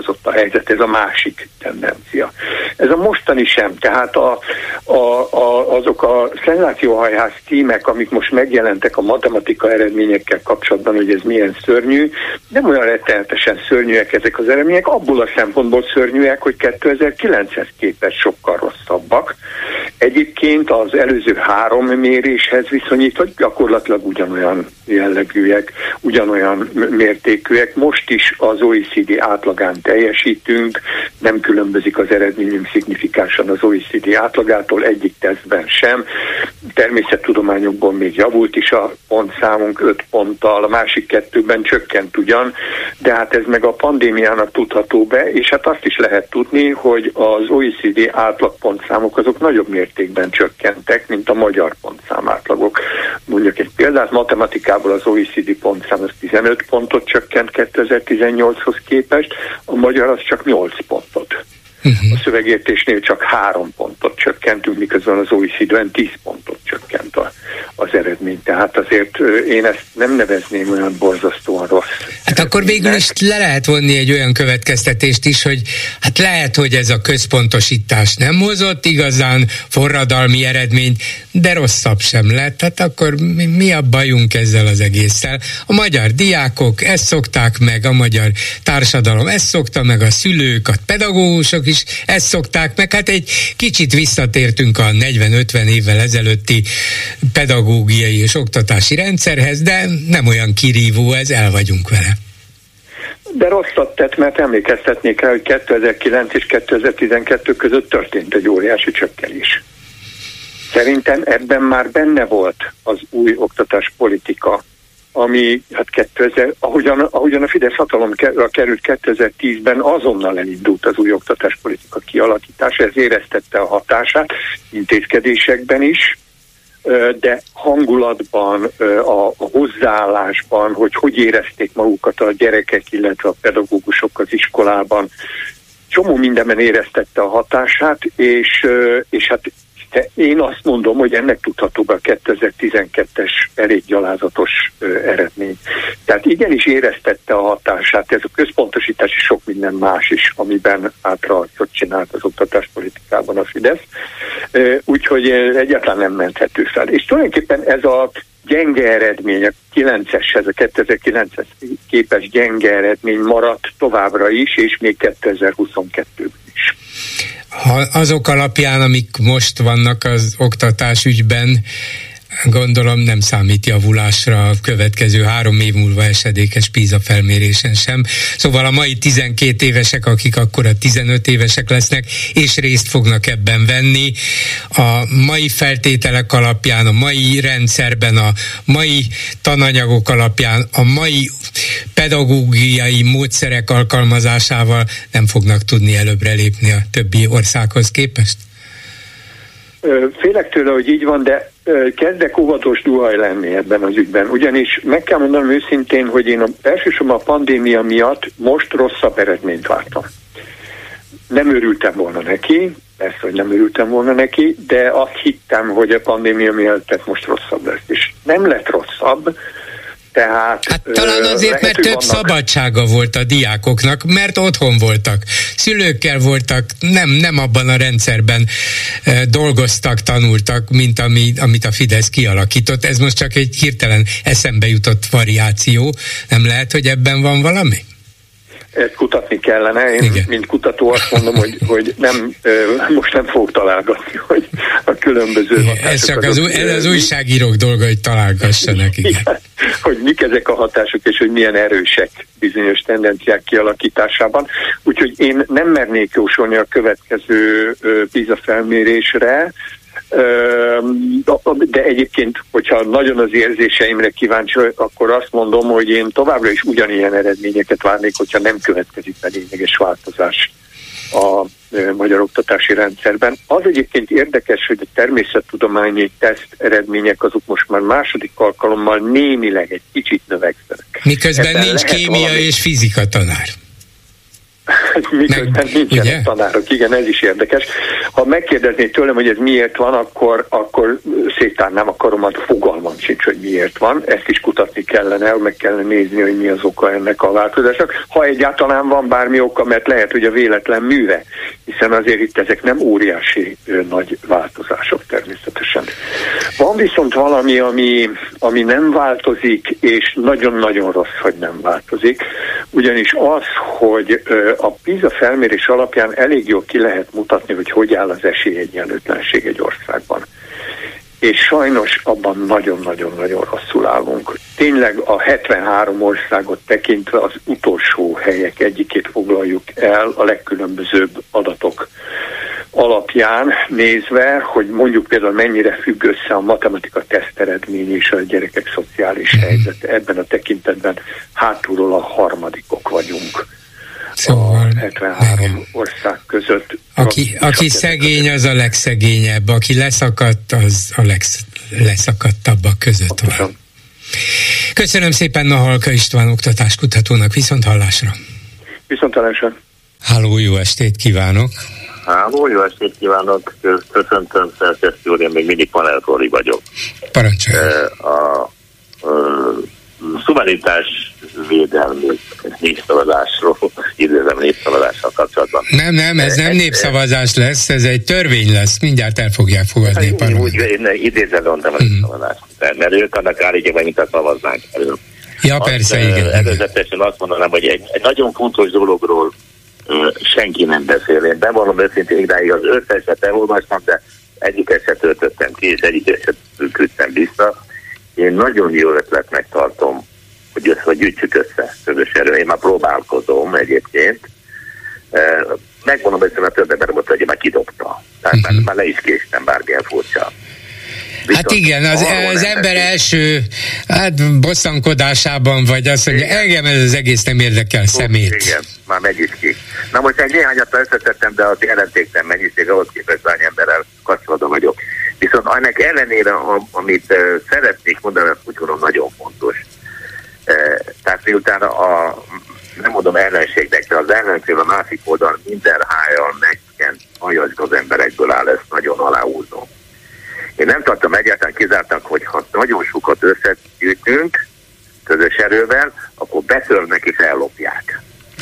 megváltozott a helyzet, ez a másik tendencia. Ez a mostani sem, tehát a, a, a, azok a szenzációhajház címek, amik most megjelentek a matematika eredményekkel kapcsolatban, hogy ez milyen szörnyű, nem olyan rettenetesen szörnyűek ezek az eredmények, abból a szempontból szörnyűek, hogy kétezer-kilenchez képest sokkal rosszabbak. Egyébként az előző három méréshez viszonyítva gyakorlatilag ugyanolyan jellegűek, ugyanolyan mértékűek. Most is az o e cé dé átlagán teljesítünk, nem különbözik az eredményünk szignifikánsan az o e cé dé átlagától egyik tesztben sem. Természettudományokból még javult is a pontszámunk öt ponttal, a másik kettőben csökkent ugyan, de hát ez meg a pandémiának tudható be, és hát azt is lehet tudni, hogy az o e cé dé átlagpontszámok azok nagyobb mértékben csökkentek, mint a magyar pontszám átlagok. Mondjuk egy példát, matematikából az o e cé dé pontszám az tizenöt pontot csökkent kétezer-tizennyolchoz képest, a magyar az csak nyolc pontot. Uh-huh. A szövegértésnél csak három pontot csökkentünk, miközben az o e cé dén tíz pontot csökkent a, az eredmény. Tehát azért én ezt nem nevezném olyan borzasztóan rossz. Hát akkor végül is le lehet vonni egy olyan következtetést is, hogy hát lehet, hogy ez a központosítás nem hozott igazán forradalmi eredményt, de rosszabb sem lett. Hát akkor mi, mi a bajunk ezzel az egésszel? A magyar diákok ezt szokták meg, a magyar társadalom ezt szokta meg, a szülők, a pedagógusok is ezt szokták meg. Hát egy kicsit visszatértünk a negyven-ötven évvel ezelőtti pedagógiai és oktatási rendszerhez, de nem olyan kirívó ez, el vagyunk vele. De rosszat tett, mert emlékeztetnék rá, hogy kétezer-kilenc és kétezer-tizenkettő között történt egy óriási csökkenés. Szerintem ebben már benne volt az új oktatáspolitika, ami hát kétezer, ahogyan, ahogyan a Fidesz hatalomra került kétezer-tízben, azonnal elindult az új oktatáspolitika kialakítása, ez éreztette a hatását intézkedésekben is, de hangulatban, a hozzáállásban, hogy hogy érezték magukat a gyerekek, illetve a pedagógusok az iskolában, csomó mindenben éreztette a hatását, és, és hát de én azt mondom, hogy ennek tudható be a kétezer-tizenkettes elég gyalázatos ö, eredmény. Tehát igenis éreztette a hatását, ez a központosítás és sok minden más is, amiben hátraarcot csinált az oktatáspolitikában a Fidesz. Ö, úgyhogy egyáltalán nem menthető fel. És tulajdonképpen ez a gyenge eredmény, a kilenceshez, a kétezer-kilenchez képes gyenge eredmény maradt továbbra is, és még kétezer-huszonkettőben is. Ha azok alapján, amik most vannak az oktatás ügyben, gondolom nem számít javulásra a következő három év múlva esedékes PISA felmérésen sem. Szóval a mai tizenkét évesek, akik akkor a tizenöt évesek lesznek, és részt fognak ebben venni, a mai feltételek alapján, a mai rendszerben, a mai tananyagok alapján, a mai pedagógiai módszerek alkalmazásával nem fognak tudni előbbre lépni a többi országhoz képest? Félek tőle, hogy így van, de kezdek óvatos duhaj lenni ebben az ügyben. Ugyanis meg kell mondanom őszintén, hogy én a, elsősorban a pandémia miatt most rosszabb eredményt vártam. Nem örültem volna neki, persze, hogy nem örültem volna neki, de azt hittem, hogy a pandémia miatt most rosszabb lesz. És nem lett rosszabb. Tehát, hát talán azért, mert több vannak... szabadsága volt a diákoknak, mert otthon voltak, szülőkkel voltak, nem, nem abban a rendszerben e, dolgoztak, tanultak, mint ami, amit a Fidesz kialakított. Ez most csak egy hirtelen eszembe jutott variáció. Nem lehet, hogy ebben van valami? Ezt kutatni kellene. Én, igen, mint kutató azt mondom, hogy, hogy nem, most nem fogok találgatni, hogy a különböző hatások... Ez csak az, ez az újságírók dolga, hogy találgassanak, igen. igen. Hogy mik ezek a hatások, és hogy milyen erősek bizonyos tendenciák kialakításában. Úgyhogy én nem mernék jósolni a következő PISA felmérésre, de egyébként, hogyha nagyon az érzéseimre kíváncsi, akkor azt mondom, hogy én továbbra is ugyanilyen eredményeket várnék, hogyha nem következik be lényeges változás a magyar oktatási rendszerben. Az egyébként érdekes, hogy a természettudományi teszt eredmények azok most már második alkalommal némileg egy kicsit növekszenek. Miközben ebben nincs kémia valami... és fizika tanár. miközben nincsenek tanárok. Igen, ez is érdekes. Ha megkérdeznék tőlem, hogy ez miért van, akkor, akkor széttárnám a karomat, fogalmam sincs, hogy miért van. Ezt is kutatni kellene, meg kellene nézni, hogy mi az oka ennek a változásnak. Ha egyáltalán van bármi oka, mert lehet, hogy a véletlen műve, hiszen azért itt ezek nem óriási nagy változások természetesen. Van viszont valami, ami, ami nem változik, és nagyon-nagyon rossz, hogy nem változik, ugyanis az, hogy a PISA felmérés alapján elég jól ki lehet mutatni, hogy hogy áll az esélyegyenlőtlenség egy országban. És sajnos abban nagyon-nagyon-nagyon rosszul állunk. Tényleg a hetvenhárom országot tekintve az utolsó helyek egyikét foglaljuk el a legkülönbözőbb adatok alapján nézve, hogy mondjuk például mennyire függ össze a matematika teszteredmény és a gyerekek szociális helyzete. Ebben a tekintetben hátulról a harmadikok vagyunk. Szóval a hetvenhárom ország között. Aki, aki szegény, az a legszegényebb, aki leszakadt, az a legszakadtabbak között van. Köszönöm szépen Nahalka István oktatáskutatónak, viszont hallásra. Viszont hallásra. Háló, jó estét kívánok. Háló, jó estét kívánok. Köszöntöm, szerkesztő úr, én még mindig panelkori vagyok. Parancsoljon. A, a, a szuverenitás védelmi népszavazásról, idézem népszavazással kapcsolatban. Nem, nem, ez nem népszavazás lesz, ez egy törvény lesz, mindjárt el fogják fogadni. Hát, úgy, én idézem mondtam a népszavazást, mm. mert ők annak állítják, mint a szavaznánk elő. Ja, azt, persze, igen. Előzetesen azt mondanám, hogy egy, egy nagyon fontos dologról senki nem beszél. Én bevallom őszintén, idáig az összeset elolvastam, de egyiket se töltöttem ki, és egyiket se küldtem vissza. Én nagyon jó ötletnek tartom, hogy, össze, hogy gyűjtsük össze közös erő. Én már próbálkozom egyébként. Megmondom, hogy a több ember volt, hogy már kidobta. Tehát uh-huh. már, már le is késtem, bármilyen furcsa. Hát igen, az, az ember első hát bosszankodásában vagy azt mondja, engem ez az egész nem érdekel, szemét. Igen, már megy is ki. Na most egy néhányat összetettem, de az jelentéktelen mennyiség ahhoz képest hány emberrel kapcsolatban vagyok. Viszont annak ellenére, amit uh, szeretnék mondani, azt úgy gondolom nagyon fontos. Uh, tehát miután a, nem mondom ellenségnek, de az ellenség a másik oldal minden hájjal megkent aljasg az emberekből áll, ezt nagyon aláhúzom. Én nem tartom egyáltalán kizártak, hogy ha nagyon sokat összegyűjtünk közös erővel, akkor betörnek és ellopják.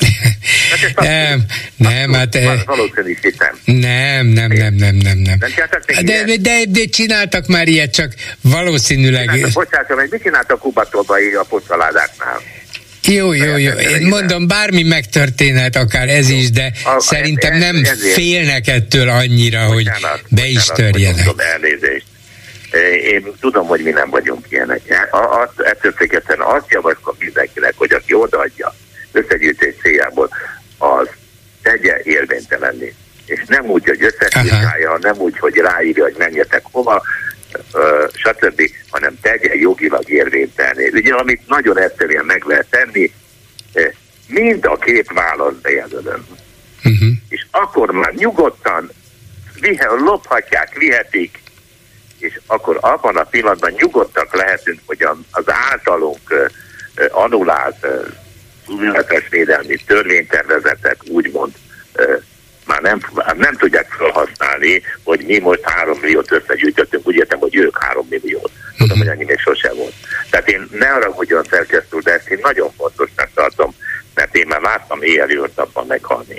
Hát nem, nem, hát... Valószínűsítem. Nem, nem, nem, nem, nem, nem. De, de, de, de csináltak már ilyet, csak valószínűleg... Bocsánat, hogy mit csináltak Kubatolbai a postaládáknál? Jó, jó, jó. Én mondom, bármi megtörténhet, akár ez is, de a, szerintem ez, nem ezért. Félnek ettől annyira, bocsánat, hogy be bocsánat, is törjenek. Mondom, elnézést. Én tudom, hogy mi nem vagyunk ilyenek. Ettől függetlenül azt javaslom mindenkinek, hogy aki odaadja összegyűjtés céljából, az tegye érvénytelenni. És nem úgy, hogy összeszírkálja, nem úgy, hogy ráírja, hogy menjetek hova, Uh, stb., hanem tegye jogilag érvénytelni. Ugye, amit nagyon egyszerűen meg lehet tenni, mind a két választ bejelölöm. Uh-huh. És akkor már nyugodtan vihe, lophatják, vihetik, és akkor abban a pillanatban nyugodtak lehetünk, hogy az általunk uh, annulált uh, védelmi törvénytervezetet úgymond uh, már nem, nem tudják felhasználni, hogy mi most három milliót összegyűjtöttünk, úgy értem, hogy ők három milliót. Tudom, hogy annyi még sose volt. Tehát én ne arra ugyan szerkesztő, de ezt én nagyon fontosnak tartom, mert én már láttam éjjel-jöltabban meghalni.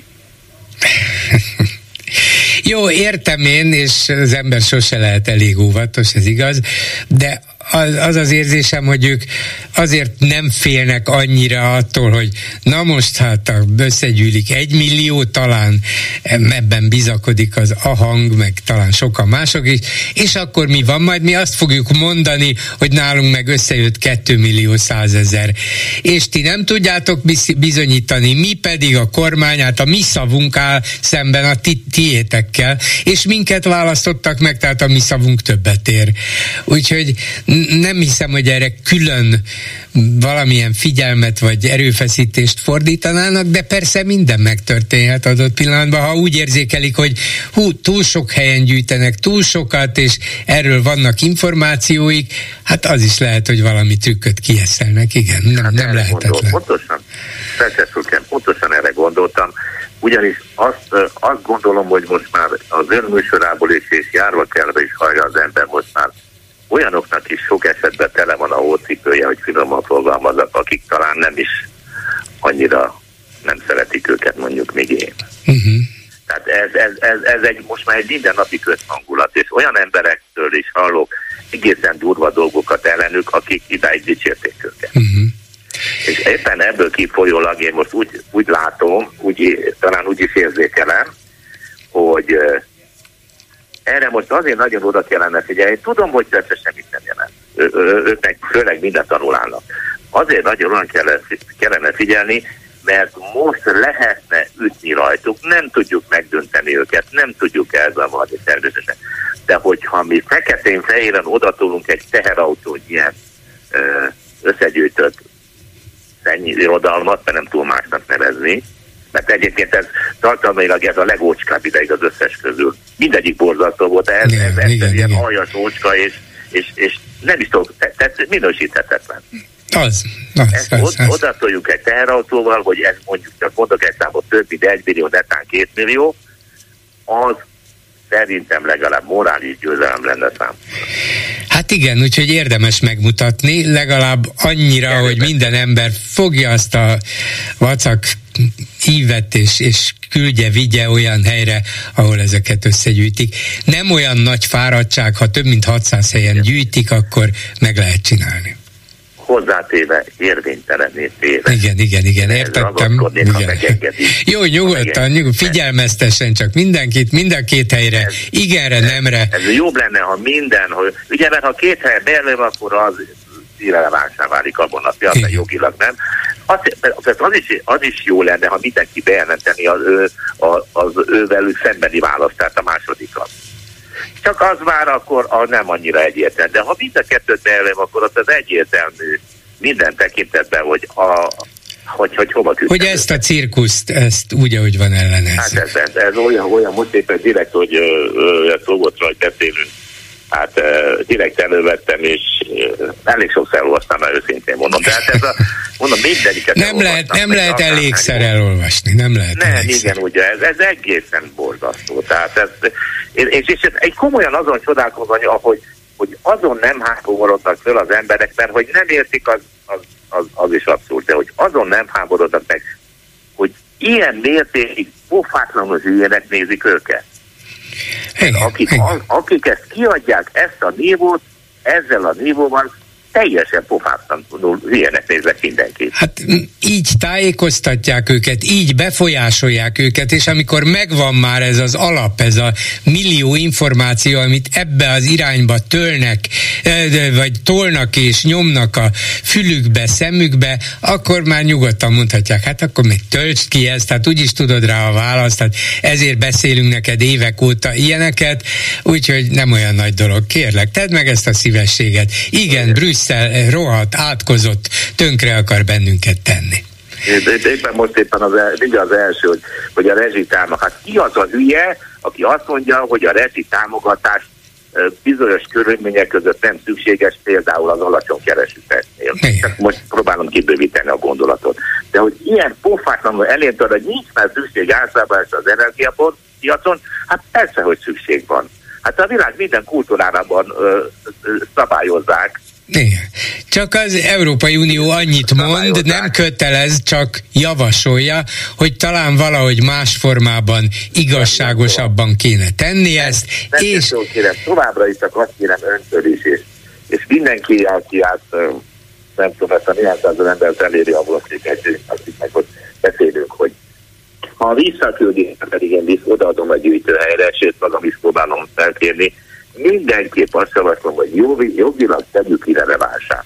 Jó, értem én, és az ember sose lehet elég óvatos, ez igaz, de az, az az érzésem, hogy ők azért nem félnek annyira attól, hogy na most hát összegyűlik egy millió, talán ebben bizakodik az a hang, meg talán sokan mások is, és akkor mi van? Majd mi azt fogjuk mondani, hogy nálunk meg összejött két millió százezer. És ti nem tudjátok bizonyítani, mi pedig a kormányát, a mi szavunk áll szemben a ti, tiétekkel, és minket választottak meg, tehát a mi szavunk többet ér. Úgyhogy nem hiszem, hogy erre külön valamilyen figyelmet vagy erőfeszítést fordítanának, de persze minden megtörténhet adott pillanatban, ha úgy érzékelik, hogy hú, túl sok helyen gyűjtenek, túl sokat, és erről vannak információik, hát az is lehet, hogy valami trükköt kieszelnek, igen, nem, hát nem lehetetlen. Gondol, pontosan, pontosan erre gondoltam, ugyanis azt, azt gondolom, hogy most már az ön műsorából is, és járva kelve is hallja az ember most már, olyanoknak is sok esetben tele van a hócipője, hogy finoman fogalmazok, akik talán nem is annyira nem szeretik őket, mondjuk még én. Uh-huh. Tehát ez, ez, ez, ez egy, most már egy mindennapi közhangulat, és olyan emberektől is hallok egészen durva dolgokat ellenük, akik idáig dicsérték őket. Uh-huh. És éppen ebből kifolyólag én most úgy, úgy látom, úgy, talán úgy is érzékelem, hogy uh, erre most azért nagyon oda kellene figyelni. Tudom, hogy persze semmit nem jelent. Ő, ő, ők meg főleg mindent tanulálnak. Azért nagyon olyan kellene, kellene figyelni, mert most lehetne ütni rajtuk, nem tudjuk megdönteni őket, nem tudjuk elzavarni természetesen. De hogyha mi feketén-fehéren odatolunk egy teherautó ilyen ö, összegyűjtött szennyirodalmat, mert nem túl másnak nevezni, mert egyébként ez tartalmailag ez a legócskább ideig az összes közül. Mindegyik borzasztó volt, ez, igen, ez igen, ilyen igen. aljas ócska, és, és, és nem is tudok, tehát minősíthetetlen. Az, az, ezt az, od, az. oda toljuk egy teherautóval, hogy ez mondjuk csak mondok egy számot több, mint egy millió, netán két millió, az szerintem legalább morális győzelem lenne számomra. Hát igen, úgyhogy érdemes megmutatni, legalább annyira, igen, hogy minden ember fogja azt a vacak ívet és, és küldje, vigye olyan helyre, ahol ezeket összegyűjtik. Nem olyan nagy fáradtság, ha több mint hatszáz helyen igen. gyűjtik, akkor meg lehet csinálni. Hozzátéve érvénytelenné téve. Igen, igen, igen, értettem. Igen. Jó, nyugodtan, nyugod, figyelmeztessen csak mindenkit, minden két helyre, ez, igenre, ez, nemre. Ez jobb lenne, ha minden, hogy, ugye, mert ha két helyen belőle, akkor az irrelevánsá válik abban a piacon, jogilag nem. Az, az, is, az is jó lenne, ha mindenki bejelenteni az, ő, az ővelük szembeni választ, tehát a másodikat. Csak az már akkor a nem annyira egyértelmű. De ha mind a kettőt bejelölöm, akkor ott az egyértelmű minden tekintetben, hogy, a, hogy, hogy hova küzdeni. Hogy ezt a cirkuszt, ezt úgy, ahogy van ellenezni. Hát ez, ez, ez olyan, olyan most éppen direkt, hogy szó volt rá, hogy beszélünk. Hát direkt elővettem, és elég sokszor elolvastam, mert őszintén mondom. De hát ez a, mondom, mindegyiket nem lehet, nem lehet elégszer elolvasni, nem lehet Nem, elégszer. Igen, ugye, ez, ez egészen borzasztó. Tehát ez, és, és, és egy komolyan azon csodálkozom, hogy, hogy azon nem háborodnak föl az emberek, mert hogy nem értik, az, az, az, az is abszurd, de hogy azon nem háborodnak meg, hogy ilyen mértékig pofátlanul hülyének nézik őket. Igen, akik, igen. A, akik ezt kiadják, ezt a nívót, ezzel a nívóval teljesen pofátlanul hülyenek néznek mindenkit. Hát így tájékoztatják őket, így befolyásolják őket, és amikor megvan már ez az alap, ez a millió információ, amit ebbe az irányba tölnek, vagy tolnak és nyomnak a fülükbe, szemükbe, akkor már nyugodtan mondhatják, hát akkor még töltsd ki ezt, hát úgyis tudod rá a választ, hát ezért beszélünk neked évek óta ilyeneket, úgyhogy nem olyan nagy dolog. Kérlek, tedd meg ezt a szívességet. Igen, Brüsszel rohadt, átkozott, tönkre akar bennünket tenni. Éppen most éppen az, az első, hogy, hogy a rezsitámogatás. Hát ki az a hülye, aki azt mondja, hogy a rezsitámogatás bizonyos körülmények között nem szükséges, például az alacsony keresőteknél. Csak most próbálom kibővíteni a gondolatot. De hogy ilyen pofátlanul elértől, hogy nincs már szükség általában az energiapiacon, hát persze, hogy szükség van. Hát a világ minden kultúrában ö, ö, szabályozzák. Igen. Csak az Európai Unió annyit mond, nem kötelez, csak javasolja, hogy talán valahogy más formában, igazságosabban kéne tenni ezt. Nem, és... nem kérem, továbbra is csak azt kérem öntől is, és, és mindenki, aki át, nem tudom, ezt a néhány százalék embert eléri a blokkét, akik meg ott beszélünk, hogy ha visszaküldi, pedig én visz, odaadom a gyűjtőhelyre, sőt magam is próbálom felkérni, mindenképp azt javaslom, hogy jogilag tegyük irrelevánsá.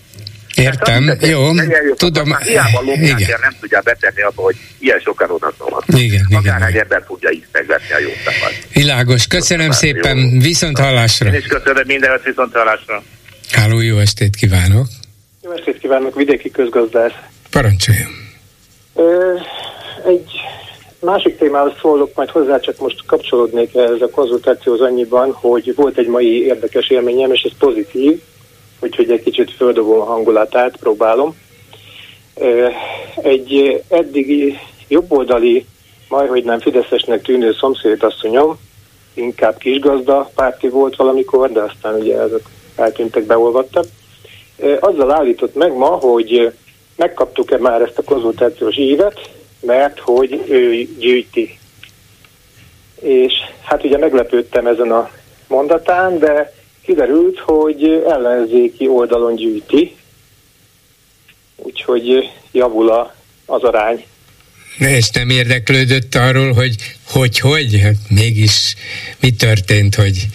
Értem, hát, jó, tudom. Már hiába lopják, nem tudja betenni abba, hogy ilyen sokan odaszólnak. Akár egy ember tudja így megvetni a jó szavat. Világos, köszönöm szépen, jó. Viszont hallásra. Én is köszönöm mindenhol, viszont hallásra. Háló, jó estét kívánok. Jó estét kívánok, vidéki közgazdász. Parancsoljon. Ö, egy másik témához szólok majd hozzá, csak most kapcsolódnék ehhez a konzultációhoz annyiban, hogy volt egy mai érdekes élményem, és ez pozitív, úgyhogy egy kicsit földobom a hangulatát, próbálom. Egy eddigi jobboldali majd, hogy nem fideszesnek tűnő szomszédasszonyom, inkább kisgazda párti volt valamikor, de aztán ugye ezek eltűntek, beolvadtak. Azzal állított meg ma, hogy megkaptuk-e már ezt a konzultációs ívet, mert hogy ő gyűjti. És hát ugye meglepődtem ezen a mondatán, de kiderült, hogy ellenzéki oldalon gyűjti, úgyhogy javul a, az arány. És nem érdeklődött arról, hogy hogy, hogy? Hát mégis mi történt, hogy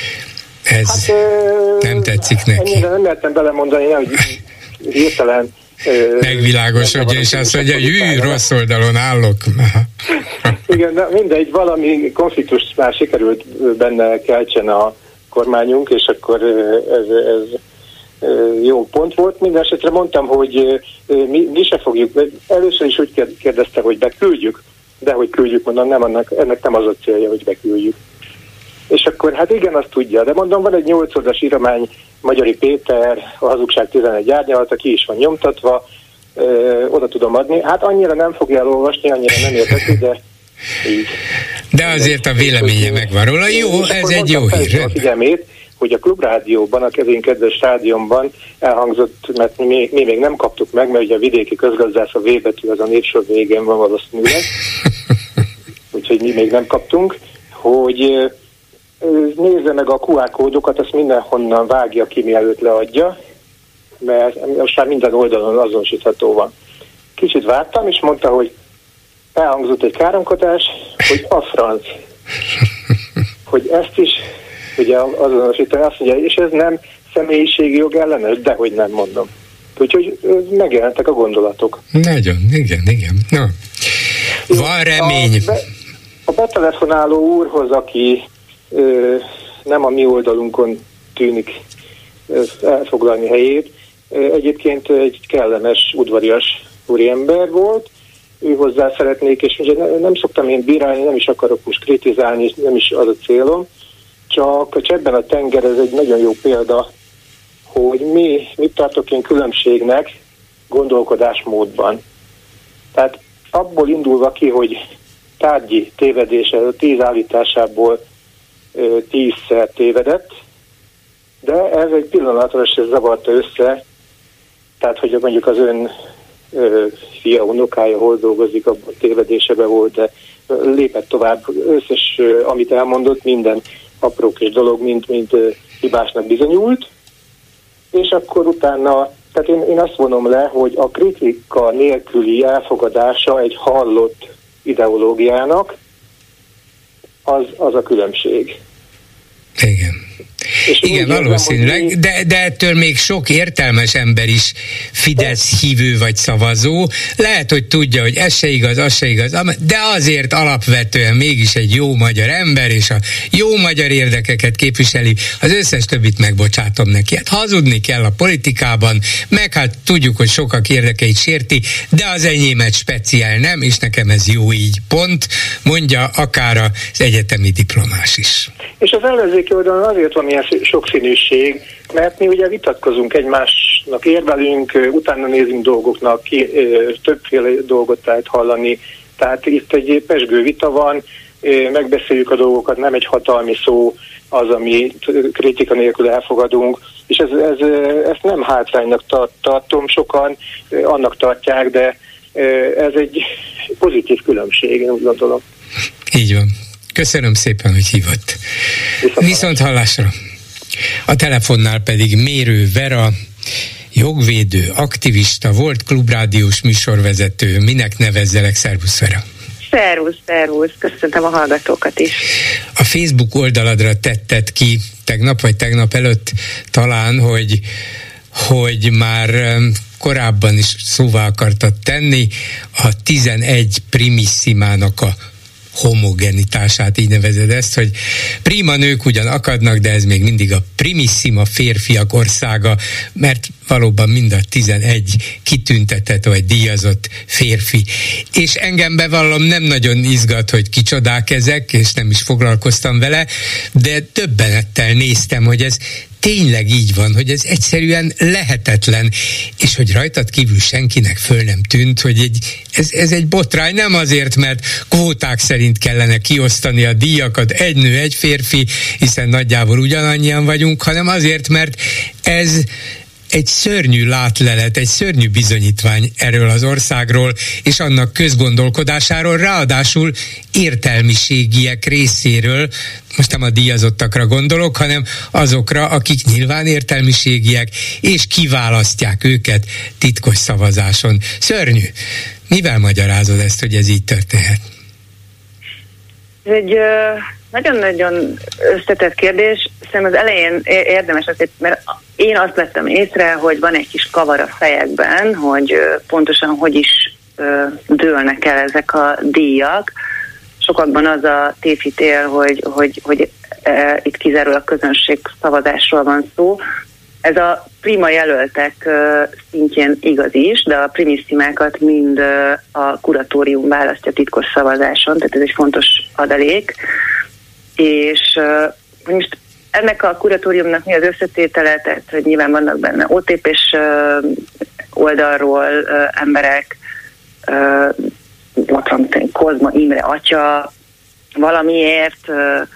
ez hát, nem tetszik neki? Ennyire nem lehetem belemondani, hogy hirtelen megvilágosodja, és azt mondja, hogy hű, rossz oldalon állok. Igen, de mindegy, valami konfliktust már sikerült benne keltsen a kormányunk, és akkor ez, ez jó pont volt. Minden esetre mondtam, hogy mi, mi se fogjuk, először is úgy kérdezte, hogy beküldjük, de hogy küldjük, mondom, nem, annak, ennek nem az a célja, hogy beküldjük. És akkor hát igen, azt tudja, de mondom, van egy nyolc oldalas íromány, Magyari Péter, a Hazugság tizenegy árnyalata, ki is van nyomtatva, ö, oda tudom adni. Hát annyira nem fogja elolvasni, annyira nem érteti, de így. De azért a véleménye megvan róla. Jó, ez egy jó hír. A figyelmét, hogy a Klubrádióban, a én kedves rádiómban elhangzott, mert mi, mi még nem kaptuk meg, mert ugye a vidéki közgazdász a V betű az a névsor végén van valószínűleg, úgyhogy mi még nem kaptunk, hogy nézze meg a kú ár kódokat, azt mindenhonnan vágja ki, mielőtt leadja, mert most már minden oldalon azonosítható van. Kicsit vártam, és mondta, hogy elhangzott egy káromkodás, hogy a franc. Hogy ezt is ugye azonosítani, azt mondja, és ez nem személyiségi jog ellenes, de hogy nem mondom. Úgyhogy megjelentek a gondolatok. Nagyon, igen, igen. No. Van remény. A, be, a betelefonáló úrhoz, aki ö, nem a mi oldalunkon tűnik ö, elfoglalni helyét, ö, egyébként egy kellemes, udvarias úriember volt, ő hozzá szeretnék, és ugye nem szoktam én bírálni, nem is akarok most kritizálni, nem is az a célom, csak a Cseppben a tenger, ez egy nagyon jó példa, hogy mi, mit tartok én különbségnek gondolkodásmódban. Tehát abból indulva ki, hogy tárgyi tévedése, tíz állításából ö, tízszer tévedett, de ez egy pillanatra se zavarta össze, tehát hogy mondjuk az ön ö, fia, unokája hol dolgozik, abban tévedésebe volt, de lépett tovább. Összes, ö, amit elmondott, minden aprókés dolog, mint, mint ö, hibásnak bizonyult, és akkor utána, tehát én, én azt vonom le, hogy a kritika nélküli elfogadása egy hallott ideológiának, az, az a különbség. Igen. És igen, valószínűleg, de, de ettől még sok értelmes ember is Fidesz hívő vagy szavazó. Lehet, hogy tudja, hogy ez se igaz, az se igaz, de azért alapvetően mégis egy jó magyar ember, és a jó magyar érdekeket képviseli, az összes többit megbocsátom neki. Hát hazudni kell a politikában, meg hát tudjuk, hogy sokak érdekeit sérti, de az enyémet speciál nem, és nekem ez jó így. Pont, mondja akár az egyetemi diplomás is. És az ellenzéki oldalon azért van ilyen sokszínűség, mert mi ugye vitatkozunk egymásnak, érvelünk, utána nézünk dolgoknak, ki, többféle dolgot lehet hallani. Tehát itt egy pezsgő vita van, megbeszéljük a dolgokat, nem egy hatalmi szó az, ami kritika nélkül elfogadunk, és ez, ez, ezt nem hátránynak tart, tartom, sokan annak tartják, de ez egy pozitív különbség, én úgy gondolom. Így van. Köszönöm szépen, hogy hívott. Viszont, Viszont hallásra. A telefonnál pedig Mérő Vera, jogvédő, aktivista, volt klubrádiós műsorvezető. Minek nevezzelek? Szervusz, Vera. Szervusz, szervusz. Köszöntöm a hallgatókat is. A Facebook oldaladra tetted ki tegnap vagy tegnap előtt talán, hogy, hogy már korábban is szóvá akartad tenni a tizenegy primissimának a homogenitását, így nevezed ezt, hogy prima nők ugyan akadnak, de ez még mindig a primissima férfiak országa, mert valóban mind a tizenegy kitüntetett vagy díjazott férfi. És engem bevallom, nem nagyon izgat, hogy kicsodák ezek, és nem is foglalkoztam vele, de döbbenettel néztem, hogy ez tényleg így van, hogy ez egyszerűen lehetetlen, és hogy rajtad kívül senkinek föl nem tűnt, hogy egy, ez, ez egy botrány, nem azért, mert kvóták szerint kellene kiosztani a díjakat, egy nő, egy férfi, hiszen nagyjából ugyanannyian vagyunk, hanem azért, mert ez egy szörnyű látlelet, egy szörnyű bizonyítvány erről az országról, és annak közgondolkodásáról, ráadásul értelmiségiek részéről, most nem a díjazottakra gondolok, hanem azokra, akik nyilván értelmiségiek, és kiválasztják őket titkos szavazáson. Szörnyű. Mivel magyarázod ezt, hogy ez így történhet? Ez egy nagyon-nagyon összetett kérdés. Szerintem az elején érdemes azért, mert én azt vettem észre, hogy van egy kis kavar a fejekben, hogy pontosan hogy is dőlnek el ezek a díjak. Sokakban az a tévhitél, hogy, hogy, hogy e, itt kizárólag közönség szavazásról van szó. Ez a prima jelöltek szintjén igaz is, de a primiszimákat mind a kuratórium választja titkos szavazáson, tehát ez egy fontos adalék. És hogy most ennek a kuratóriumnak mi az összetétele, tehát hogy nyilván vannak benne o té pés oldalról emberek, ott van Kozma Imre atya valamiért,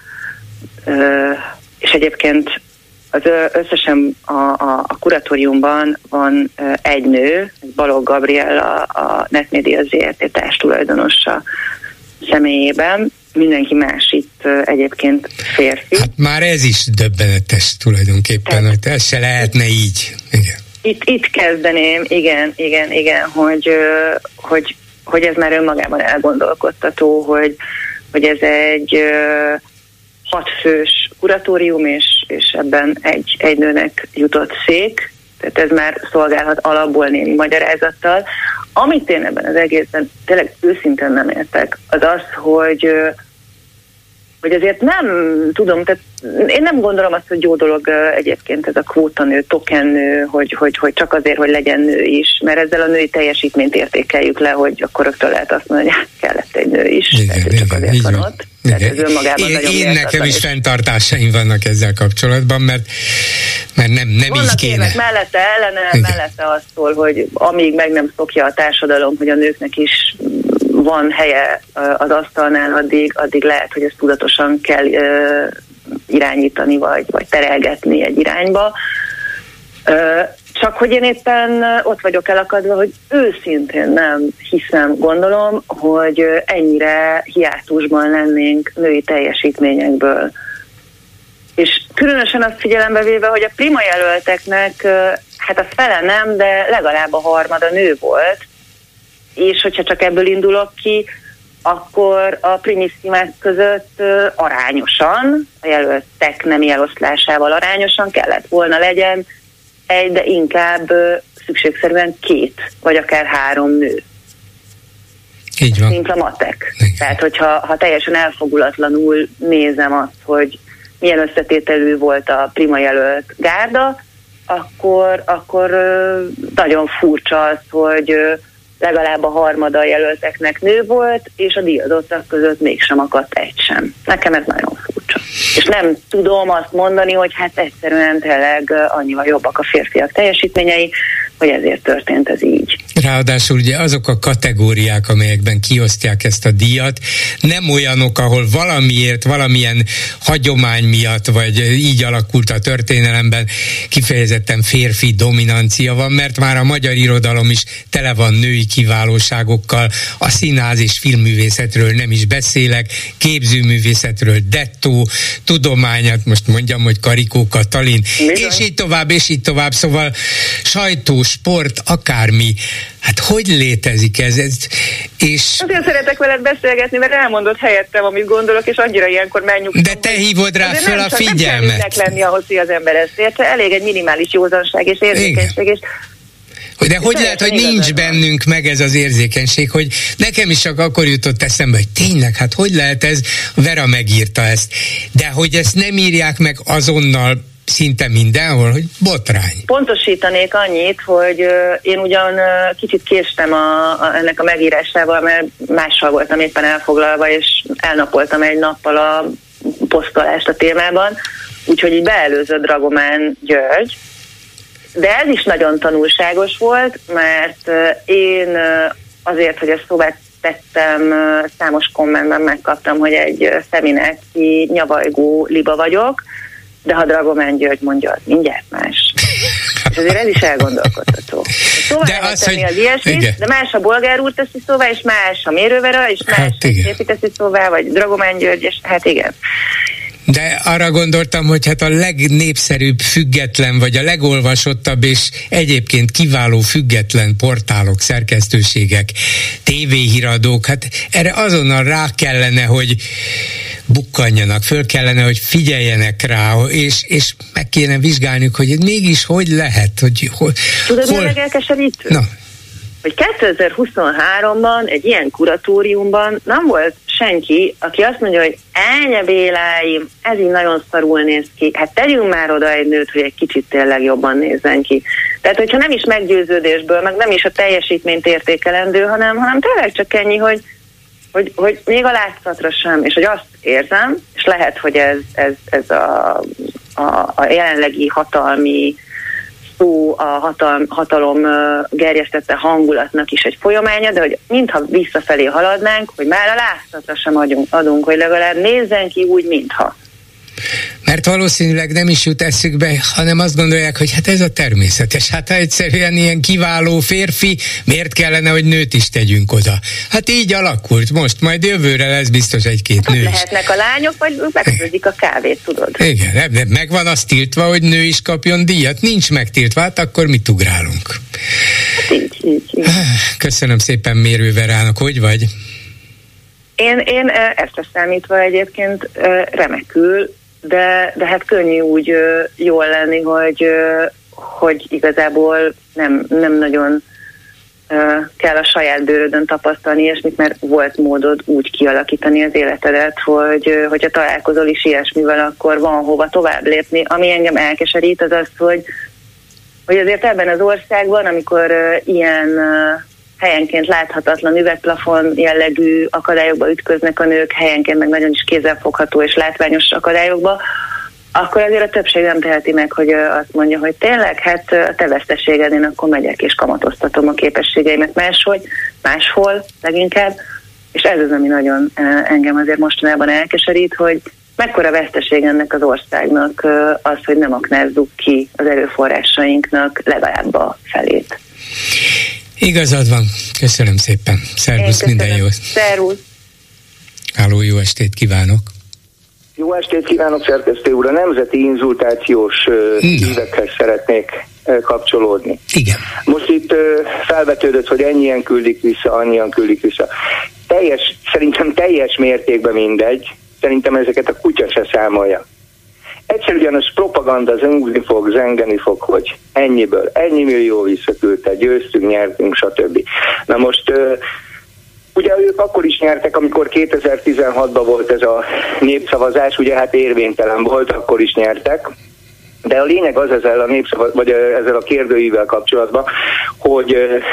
és egyébként az összesen a, a, a kuratóriumban van egy nő, Balogh Gabriella, a Netmédia zé er té társtulajdonosa személyében, mindenki más itt egyébként férfi. Hát már ez is döbbenetes tulajdonképpen, hogy ez se lehetne így. Igen. Itt, itt kezdeném, igen, igen, igen, hogy, hogy, hogy ez már önmagában elgondolkodtató, hogy, hogy ez egy hatfős kuratórium, és, és ebben egy, egy nőnek jutott szék, tehát ez már szolgálhat alapból némi magyarázattal. Amit én ebben az egészben tényleg őszintén nem értek, az az, hogy hogy azért nem tudom, tehát én nem gondolom azt, hogy jó dolog egyébként ez a kvótanő, tokennő, hogy, hogy, hogy csak azért, hogy legyen nő is, mert ezzel a női teljesítményt értékeljük le, hogy akkor rögtön lehet azt mondani, hogy kellett egy nő is, igen, tehát igen, csak azért igen, van ott. Tehát ez önmagában én, én nekem is fenntartásaim vannak ezzel kapcsolatban, mert, mert nem, nem vannak így kéne. Vannak mellette, ellene, igen. mellette azt szól, hogy amíg meg nem szokja a társadalom, hogy a nőknek is van helye az asztalnál, addig, addig lehet, hogy ezt tudatosan kell uh, irányítani, vagy, vagy terelgetni egy irányba. Uh, csak hogy én éppen ott vagyok elakadva, hogy őszintén nem hiszem, gondolom, hogy ennyire hiátusban lennénk női teljesítményekből. És különösen azt figyelembe véve, hogy a prima jelölteknek, uh, hát a fele nem, de legalább a harmada nő volt, és hogyha csak ebből indulok ki, akkor a primissimák között uh, arányosan, a jelöltek nemi eloszlásával arányosan kellett volna legyen egy, de inkább uh, szükségszerűen két, vagy akár három nő. Így van. Mint a matek. Igen. Tehát, hogyha ha teljesen elfogulatlanul nézem azt, hogy milyen összetételű volt a prima jelölt gárda, akkor, akkor uh, nagyon furcsa az, hogy uh, legalább a harmada jelölteknek nő volt, és a díjazottak között mégsem akadt egy sem. Nekem ez nagyon furcsa. És nem tudom azt mondani, hogy hát egyszerűen tényleg annyival jobbak a férfiak teljesítményei, hogy ezért történt ez így. Ráadásul ugye azok a kategóriák, amelyekben kiosztják ezt a díjat, nem olyanok, ahol valamiért, valamilyen hagyomány miatt, vagy így alakult a történelemben kifejezetten férfi dominancia van, mert már a magyar irodalom is tele van női kiválóságokkal, a színház és filmművészetről nem is beszélek, képzőművészetről dettó, tudományát, most mondjam, hogy Karikó Katalin, Bizony. és így tovább, és így tovább, szóval sajtó, sport, akármi. Hát hogy létezik ez? ez és... Azért szeretek veled beszélgetni, mert elmondod helyettem, amit gondolok, és annyira ilyenkor megnyugtom. De te hívod rá föl a figyelmet. Nem kell lenni ahhoz, hogy az ember ezt értse. Elég egy minimális józanság és érzékenység, és de hogy lehet, hogy nincs bennünk meg ez az érzékenység, hogy nekem is csak akkor jutott eszembe, hogy tényleg, hát hogy lehet ez, Vera megírta ezt, de hogy ezt nem írják meg azonnal szinte mindenhol, hogy botrány. Pontosítanék annyit, hogy uh, én ugyan uh, kicsit késtem a, a, ennek a megírásával, mert mással voltam éppen elfoglalva, és elnapoltam egy nappal a posztolást a témában, úgyhogy így beelőzött Dragomán György. De ez is nagyon tanulságos volt, mert én azért, hogy ezt szóvá tettem, számos kommentben megkaptam, hogy egy feminazi, nyavajgó liba vagyok, de ha Dragomán György mondja, az mindjárt más. És azért ez is elgondolkodható. Szóval de lehet tenni hogy... az ilyesmit, de más a Bolgár úr teszi szóvá, és más a Mérővera, és más hát a Szépi teszi szóvá, vagy Dragomán György, és hát igen. De arra gondoltam, hogy hát a legnépszerűbb független, vagy a legolvasottabb és egyébként kiváló független portálok, szerkesztőségek, tévéhíradók, hát erre azonnal rá kellene, hogy bukkanjanak, föl kellene, hogy figyeljenek rá, és, és meg kéne vizsgálniuk, hogy mégis hogy lehet, hogy hol... Tudod, hol... mi a legelkeserítő? Na. Hogy kétezer-huszonháromban egy ilyen kuratóriumban nem volt senki, aki azt mondja, hogy Ánye Béláim, ez így nagyon szarul néz ki, hát tegyünk már oda egy nőt, hogy egy kicsit tényleg jobban nézzen ki. Tehát, hogyha nem is meggyőződésből, meg nem is a teljesítményt értékelendő, hanem, hanem tényleg csak ennyi, hogy, hogy, hogy még a látszatra sem, és hogy azt érzem, és lehet, hogy ez, ez, ez a, a, a jelenlegi hatalmi szó, a hatalom, hatalom gerjesztette hangulatnak is egy folyamánya, de hogy mintha visszafelé haladnánk, hogy már a látszatra sem adunk, adunk, hogy legalább nézzen ki úgy, mintha. Mert valószínűleg nem is jut eszükbe, hanem azt gondolják, hogy hát ez a természetes. Hát ha egyszerűen ilyen kiváló férfi, miért kellene, hogy nőt is tegyünk oda? Hát így alakult most, majd jövőre lesz biztos egy-két hát nő is. Lehetnek a lányok, vagy megfőzik a kávét, tudod? Igen, de megvan az tiltva, hogy nő is kapjon díjat. Nincs megtiltva, hát akkor mit ugrálunk? Hát így, így, így. Köszönöm szépen Mérőverának, hogy vagy? Én, én ezt számítva egyébként remekül, de, de hát könnyű úgy jól lenni, hogy, hogy igazából nem, nem nagyon kell a saját bőrödön tapasztalni ilyesmit, mert volt módod úgy kialakítani az életedet, hogy hogyha találkozol is ilyesmivel, akkor van hova tovább lépni. Ami engem elkeserít, az az, hogy, hogy azért ebben az országban, amikor ilyen helyenként láthatatlan üvegplafon jellegű akadályokba ütköznek a nők, helyenként meg nagyon is kézzelfogható és látványos akadályokba, akkor azért a többség nem teheti meg, hogy azt mondja, hogy tényleg, hát a te veszteséged, én akkor megyek és kamatoztatom a képességeimet máshogy, máshol leginkább, és ez az, ami nagyon engem azért mostanában elkeserít, hogy mekkora veszteség ennek az országnak az, hogy nem aknázzuk ki az erőforrásainknak legalább a felét. Igazad van, köszönöm szépen. Szervusz, minden jót. Szervusz. Háló, jó estét kívánok. Jó estét kívánok, szerkesztő úr. A nemzeti inzultációs évekhez szeretnék kapcsolódni. Igen. Most itt felvetődött, hogy ennyien küldik vissza, annyian küldik vissza. Teljes, szerintem teljes mértékben mindegy. Szerintem ezeket a kutya se számolja. Egyszerűen az propaganda, zengni fog, zengeni fog, hogy ennyiből, ennyi millió visszaküldte, győztünk, nyertünk, stb. Na most ugye ők akkor is nyertek, amikor kétezer-tizenhatban volt ez a népszavazás, ugye hát érvénytelen volt, akkor is nyertek. De a lényeg az ezzel a népszavaz, vagy ezzel a kérdőivel kapcsolatban, hogy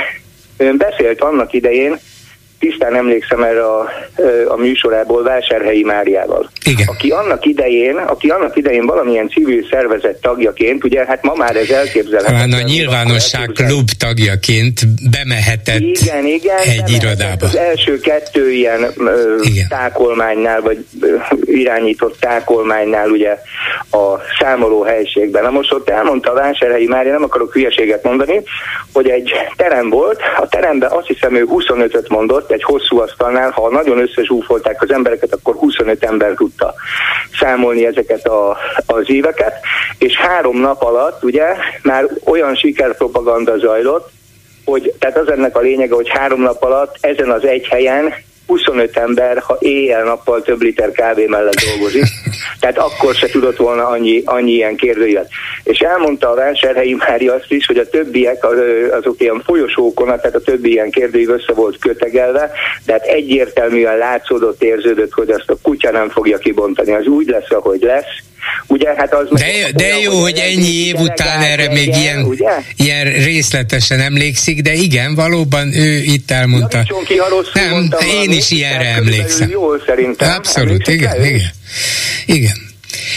ön beszélt annak idején, tisztán emlékszem erre a, a műsorából, Vásárhelyi Máriával. Igen. Aki annak idején, aki annak idején valamilyen civil szervezet tagjaként, ugye hát ma már ez elképzelhetetlen. Talán a Nyilvánosság Klub tagjaként bemehetett igen, igen, egy bemehetett irodába. Az első kettő ilyen ö, tákolmánynál, vagy ö, irányított tákolmánynál ugye a számoló helységben. Na most ott elmondta a Vásárhelyi Mária, nem akarok hülyeséget mondani, hogy egy terem volt, a teremben azt hiszem ő huszonötöt mondott, egy hosszú asztalnál, ha nagyon összezsúfolták az embereket, akkor huszonöt ember tudta számolni ezeket a, az éveket, és három nap alatt ugye már olyan sikerpropaganda zajlott, hogy tehát az ennek a lényege, hogy három nap alatt ezen az egy helyen huszonöt ember, ha éjjel-nappal több liter kávé mellett dolgozik, tehát akkor se tudott volna annyi, annyi ilyen kérdőjét. És elmondta a Vásárhelyi Mária azt is, hogy a többiek az, azok ilyen folyosókon, tehát a többi ilyen kérdőív össze volt kötegelve, de hát egyértelműen látszódott, érződött, hogy azt a kutya nem fogja kibontani. Az úgy lesz, ahogy lesz. Ugye, hát az de jó, de jó, hogy ennyi év után erre még ilyen, ilyen részletesen emlékszik, de igen, valóban ő itt elmondta. Ki, ha nem, mondtam, én is ilyenre emlékszem. Jól szerintem. Abszolút, igen, igen. Igen. Így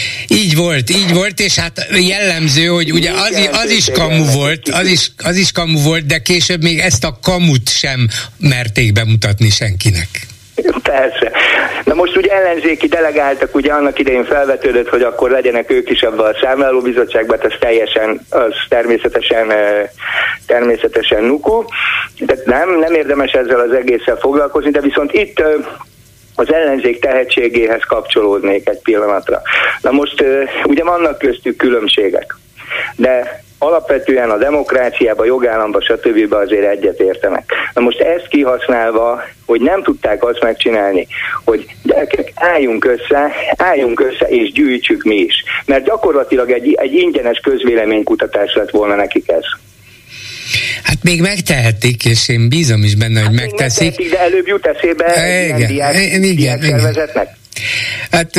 Így volt, így volt, és hát jellemző, hogy ugye az, az is kamu volt, az is, az is kamu volt, de később még ezt a kamut sem merték bemutatni senkinek. Persze. Na most ugye ellenzéki delegáltak, ugye annak idején felvetődött, hogy akkor legyenek ők is abban a számlálóbizottságban, az teljesen, az természetesen, természetesen nuku. Tehát nem, nem érdemes ezzel az egésszel foglalkozni, de viszont itt az ellenzék tehetségéhez kapcsolódnék egy pillanatra. Na most ugye vannak köztük különbségek, de alapvetően a demokráciában, jogállamban, stb. Azért egyetértenek. Na most ezt kihasználva, hogy nem tudták azt megcsinálni, hogy gyerekek, álljunk össze, álljunk össze és gyűjtsük mi is. Mert gyakorlatilag egy, egy ingyenes közvéleménykutatás lett volna nekik ez. Hát még megtehetik, és én bízom is benne, hogy hát megteszik. De előbb jut eszébe egy ilyen diák szervezetnek. Hát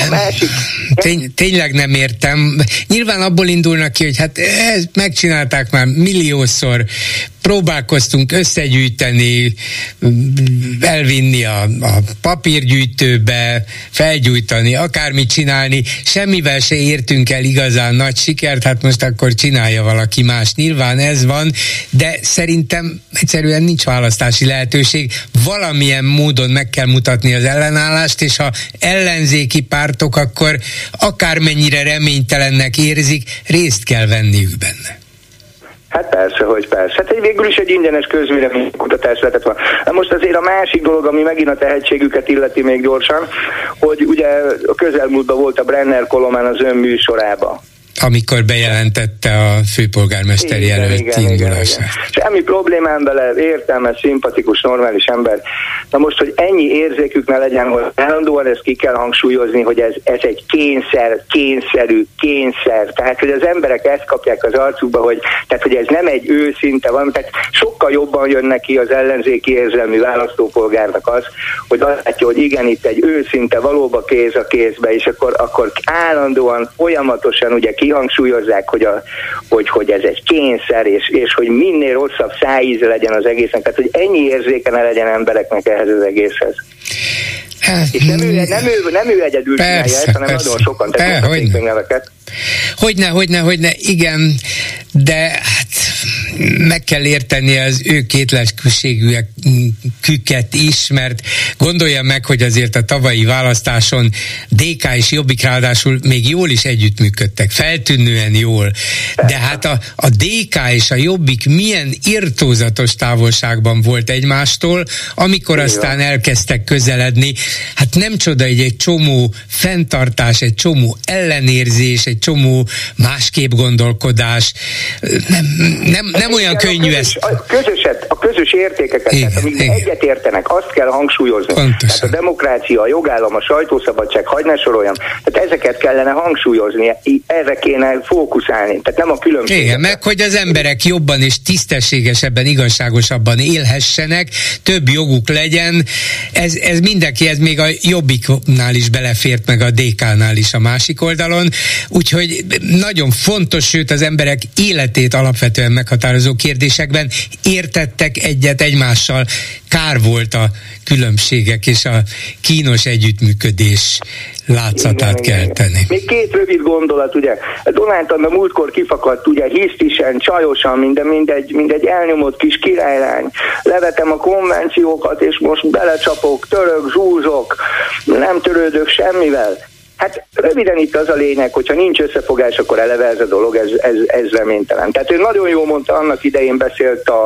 tény, tényleg nem értem. Nyilván abból indulnak ki, hogy hát ezt megcsinálták már milliószor, próbálkoztunk összegyűjteni, elvinni a, a papírgyűjtőbe, felgyújtani, akármit csinálni, semmivel se értünk el igazán nagy sikert, hát most akkor csinálja valaki más. Nyilván ez van, de szerintem egyszerűen nincs választási lehetőség. Valamilyen módon meg kell mutatni az ellenállást, és ha ellenzéki pártok, akkor akármennyire reménytelennek érzik, részt kell venniük benne. Hát persze, hogy persze. Hát egy végül is egy ingyenes közvéleménykutatás lehetett volna. Most azért a másik dolog, ami megint a tehetségüket illeti még gyorsan, hogy ugye a közelmúltban volt a Brenner Koloman az ön műsorába. Amikor bejelentette a főpolgármester jelölt indulását. Semmi problémám vele, értelmes, szimpatikus, normális ember. Na most, hogy ennyi érzékük ne legyen, hogy állandóan ezt ki kell hangsúlyozni, hogy ez, ez egy kényszer, kényszerű, kényszer. Tehát, hogy az emberek ezt kapják az arcukba, hogy, tehát, hogy ez nem egy őszinte van, tehát sokkal jobban jön neki az ellenzéki érzelmű választópolgárnak az, hogy azt látja, hogy igen, itt egy őszinte, valóban kéz a kézbe, és akkor, akkor állandóan, folyamatosan ugye kihangsúlyozzák, hogy, a, hogy, hogy ez egy kényszer, és, és hogy minél rosszabb szájíze legyen az egésznek, tehát hogy ennyi érzéke ne legyen embereknek ehhez az egészhez. Hát, és nem ő, nem ő, nem ő egyedül csinálja ezt, hanem persze, nagyon sokan tették még neveket. Hogyne, hogyne, hogyne, igen, de hát meg kell érteni az ő kétleskűségűeket is, mert gondolja meg, hogy azért a tavalyi választáson dé ká és Jobbik ráadásul még jól is együttműködtek, feltűnően jól, de hát a, a dé ká és a Jobbik milyen irtózatos távolságban volt egymástól, amikor aztán elkezdtek közeledni. Hát nem csoda, hogy egy csomó fenntartás, egy csomó ellenérzés, egy csomó másképp gondolkodás. Nem, nem, nem olyan könnyű ez. A, közöset, a közös értékeket, igen, tehát, amíg egyet értenek, azt kell hangsúlyozni. Pontosan. Tehát a demokrácia, a jogállam, a sajtószabadság, hagyd ne soroljam. Tehát ezeket kellene hangsúlyozni, erre kéne fókuszálni. Tehát nem a különbséget. Igen, meg hogy az emberek jobban és tisztességesebben, igazságosabban élhessenek, több joguk legyen. Ez, ez mindenki, ez még a Jobbiknál is belefért, meg a dé ká-nál is a másik oldalon. Úgyhogy nagyon fontos, sőt az emberek életét alapvetően meghatározó kérdésekben értettek egyet egymással. Kár volt a különbségek és a kínos együttműködés látszatát kelteni. Még két rövid gondolat, ugye. Donát Anna múltkor kifakadt, ugye, hisztisen, csajosan, minden, mindegy, mindegy elnyomott kis királylány. Levetem a konvenciókat, és most belecsapok, török, zsúzok, nem törődök semmivel. Hát röviden itt az a lényeg, hogyha nincs összefogás, akkor eleve ez a dolog, ez, ez, ez reménytelen. Tehát ő nagyon jól mondta, annak idején beszélt a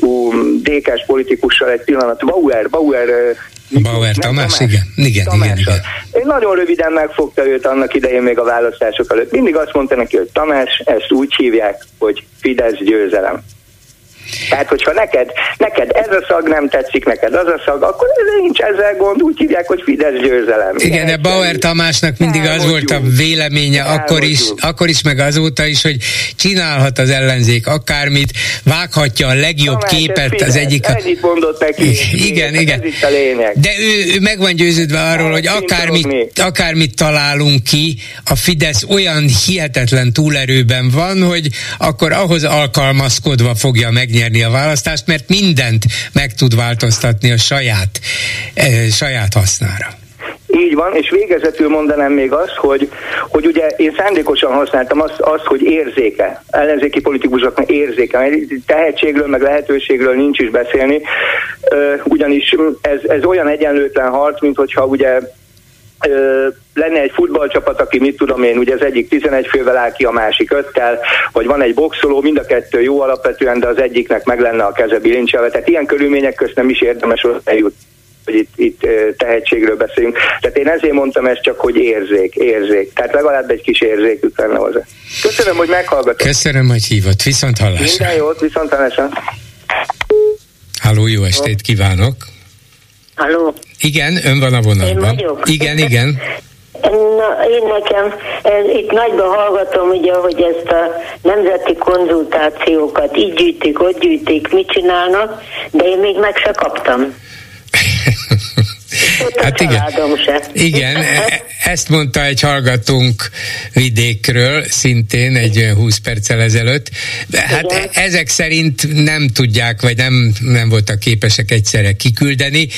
dé ká-s politikussal egy pillanat, Bauer, Bauer Bauer Tamás, Tamás, igen, igen, igen, igen. Én nagyon röviden megfogta őt annak idején még a választások előtt. Mindig azt mondta neki, hogy Tamás, ezt úgy hívják, hogy Fidesz győzelem. Tehát, hogyha neked, neked ez a szag nem tetszik, neked az a szag, akkor nincs ezzel gond, úgy hívják, hogy Fidesz győzelem. Igen, de Bauer Tamásnak mindig az volt a véleménye, akkor is, akkor is, meg azóta is, hogy csinálhat az ellenzék akármit, vághatja a legjobb Tamás, képet az egyik... Ennyit mondott neki. Igen, igen. Ez itt a lényeg. De ő, ő meg van győződve arról, hogy akármit, akármit találunk ki, a Fidesz olyan hihetetlen túlerőben van, hogy akkor ahhoz alkalmazkodva fogja megnyerni a választást, mert mindent meg tud változtatni a saját, eh, saját hasznára. Így van, és végezetül mondanám még azt, hogy, hogy ugye én szándékosan használtam azt, azt hogy érzéke, ellenzéki politikusoknak érzéke, tehetségről, meg lehetőségről nincs is beszélni, ugyanis ez, ez olyan egyenlőtlen harc, mint hogyha ugye lenne egy futballcsapat, aki mit tudom én, ugye az egyik tizenegy fővel áll ki, a másik öttel, vagy van egy boxoló, mind a kettő jó alapvetően, de az egyiknek meg lenne a keze bilincselve. Tehát ilyen körülmények közt nem is érdemes eljutni, hogy itt, itt tehetségről beszéljünk. Tehát én ezért mondtam ezt csak, hogy érzék, érzék. Tehát legalább egy kis érzékük lenne hozzá. Köszönöm, hogy meghallgatott. Köszönöm, hogy hívott. Viszont hallásra. Minden jót, viszont hallásra. Halló, jó estét kívánok. Halló. Igen, ön van a vonalban. Én vagyok. Igen, igen. Na, én nekem, ez, itt nagyban hallgatom, ugye, hogy ezt a nemzeti konzultációkat így gyűjtik, ott gyűjtik, mit csinálnak, de én még meg se kaptam. Hát igen, igen, ezt mondta egy hallgatónk vidékről, szintén egy húsz perccel ezelőtt. Hát igen. Ezek szerint nem tudják, vagy nem, nem voltak képesek egyszerre kiküldeni.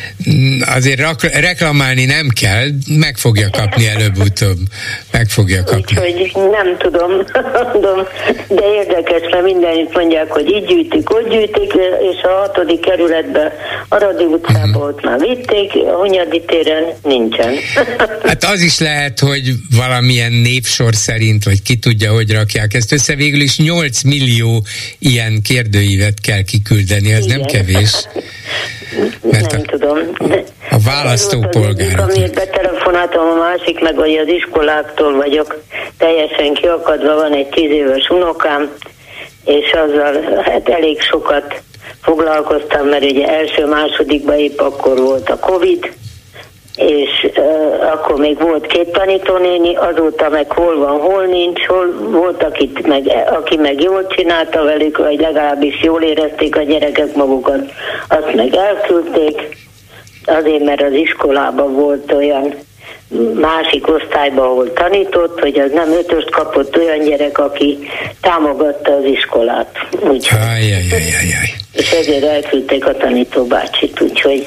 Azért reklamálni nem kell, meg fogja kapni előbb-utóbb. Meg fogja kapni. Úgyhogy nem tudom, tudom, de érdekes, mert mindenütt mondják, hogy így gyűjtik, ott gyűjtik, és a hatodik kerületben, Aradi utcában uh-huh. ott már vitték, a Hunyadi téren nincsen. Hát az is lehet, hogy valamilyen névsor szerint, vagy ki tudja, hogy rakják ezt össze. Végül is nyolc millió ilyen kérdőívet kell kiküldeni, ez igen. Nem kevés. Mert nem a, tudom. A választópolgárok. Amiért betelefonáltam, a másik meg, hogy az iskoláktól vagyok teljesen kiakadva, van egy tíz éves unokám, és azzal hát elég sokat foglalkoztam, mert ugye első-másodikban épp akkor volt a Covid, és uh, akkor még volt két tanítónéni, azóta meg hol van, hol nincs, hol volt, akit meg, aki meg jól csinálta velük, vagy legalábbis jól érezték a gyerekek magukat, azt meg elküldték, azért, mert az iskolában volt olyan másik osztályban, ahol tanított, hogy az nem ötöst kapott olyan gyerek, aki támogatta az iskolát. Úgyhogy. Ajjajajajaj. És ezért elküldték a tanítóbácsit, úgyhogy.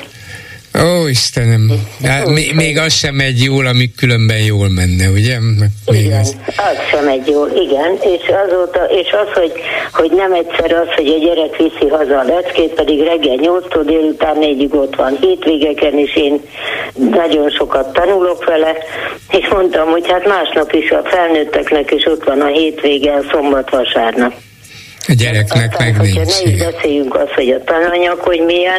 Ó, Istenem, hát, még, még az sem megy jól, ami különben jól menne, ugye? Még igen, az... az sem megy jól, igen, és azóta, és az, hogy, hogy nem egyszer az, hogy a gyerek viszi haza a leckét, pedig reggel nyolctól délután négyig ott van, hétvégeken is én nagyon sokat tanulok vele, és mondtam, hogy hát másnap is a felnőtteknek is ott van a hétvége, a szombat-vasárnap. A gyereknek aztán, meg nincs. Ne is beszéljünk azt, hogy a tananyag, hogy milyen,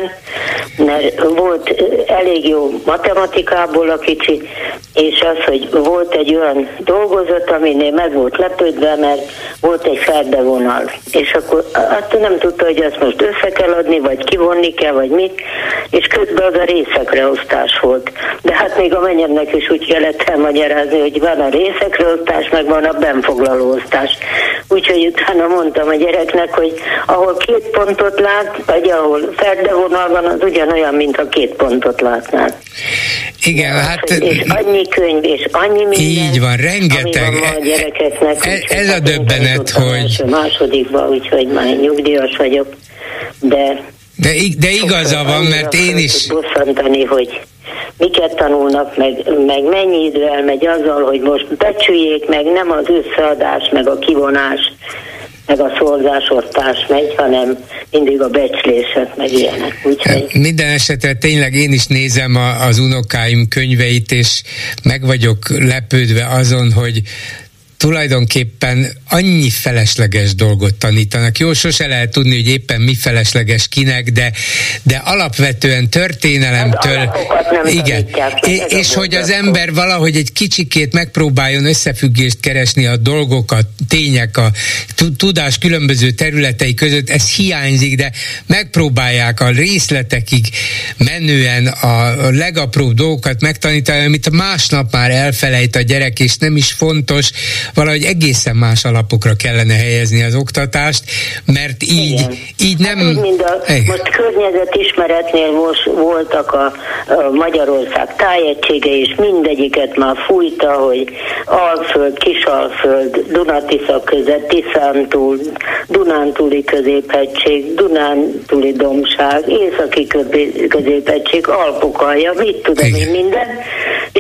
mert volt elég jó matematikából a kicsi, és az, hogy volt egy olyan dolgozat, aminél meg volt lepődve, mert volt egy ferdevonal, és akkor azt nem tudta, hogy azt most össze kell adni, vagy kivonni kell, vagy mit, és közben az a részekre osztás volt. De hát még a menyemnek is úgy kellett elmagyarázni, hogy van a részekre osztás, meg van a benfoglaló osztás. Úgyhogy utána mondtam a gyereknek, hogy ahol két pontot lát, vagy ahol ferdevonal van, az ugyanolyan, mint a két pontot látnál. Igen, de hát... És annyi könyv, és annyi minden, így van, rengeteg. Ami van a gyerekeknek. Ez, ez a döbbenet, hogy... Első, másodikban, úgyhogy már nyugdíjas vagyok, de... De, de igaza van, mert én is... bosszantani, hogy miket tanulnak, meg, meg mennyi idő elmegy azzal, hogy most becsüljék meg, nem az összeadás, meg a kivonás, meg a szorzásostás megy, hanem mindig a becslések, meg ilyenek. Úgyhogy... Minden esetre tényleg én is nézem a, az unokáim könyveit, és meg vagyok lepődve azon, hogy tulajdonképpen annyi felesleges dolgot tanítanak. Jó, sose lehet tudni, hogy éppen mi felesleges kinek, de, de alapvetően történelemtől... Igen. És, és hogy az ember valahogy egy kicsikét megpróbáljon összefüggést keresni a dolgok, a tények, a tudás különböző területei között, ez hiányzik, de megpróbálják a részletekig menően a legapróbb dolgokat megtanítani, amit másnap már elfelejt a gyerek, és nem is fontos, valahogy egészen más alapokra kellene helyezni az oktatást, mert így, így nem... Hát, mind a, most környezetismeretnél most voltak a, a Magyarország tájegysége, és mindegyiket már fújta, hogy Alföld, Kisalföld, Dunatisza között, Tiszántúl, Dunántúli középhegység, Dunántúli dombság, Északi középhegység, Alpokalja, mit tudom én minden,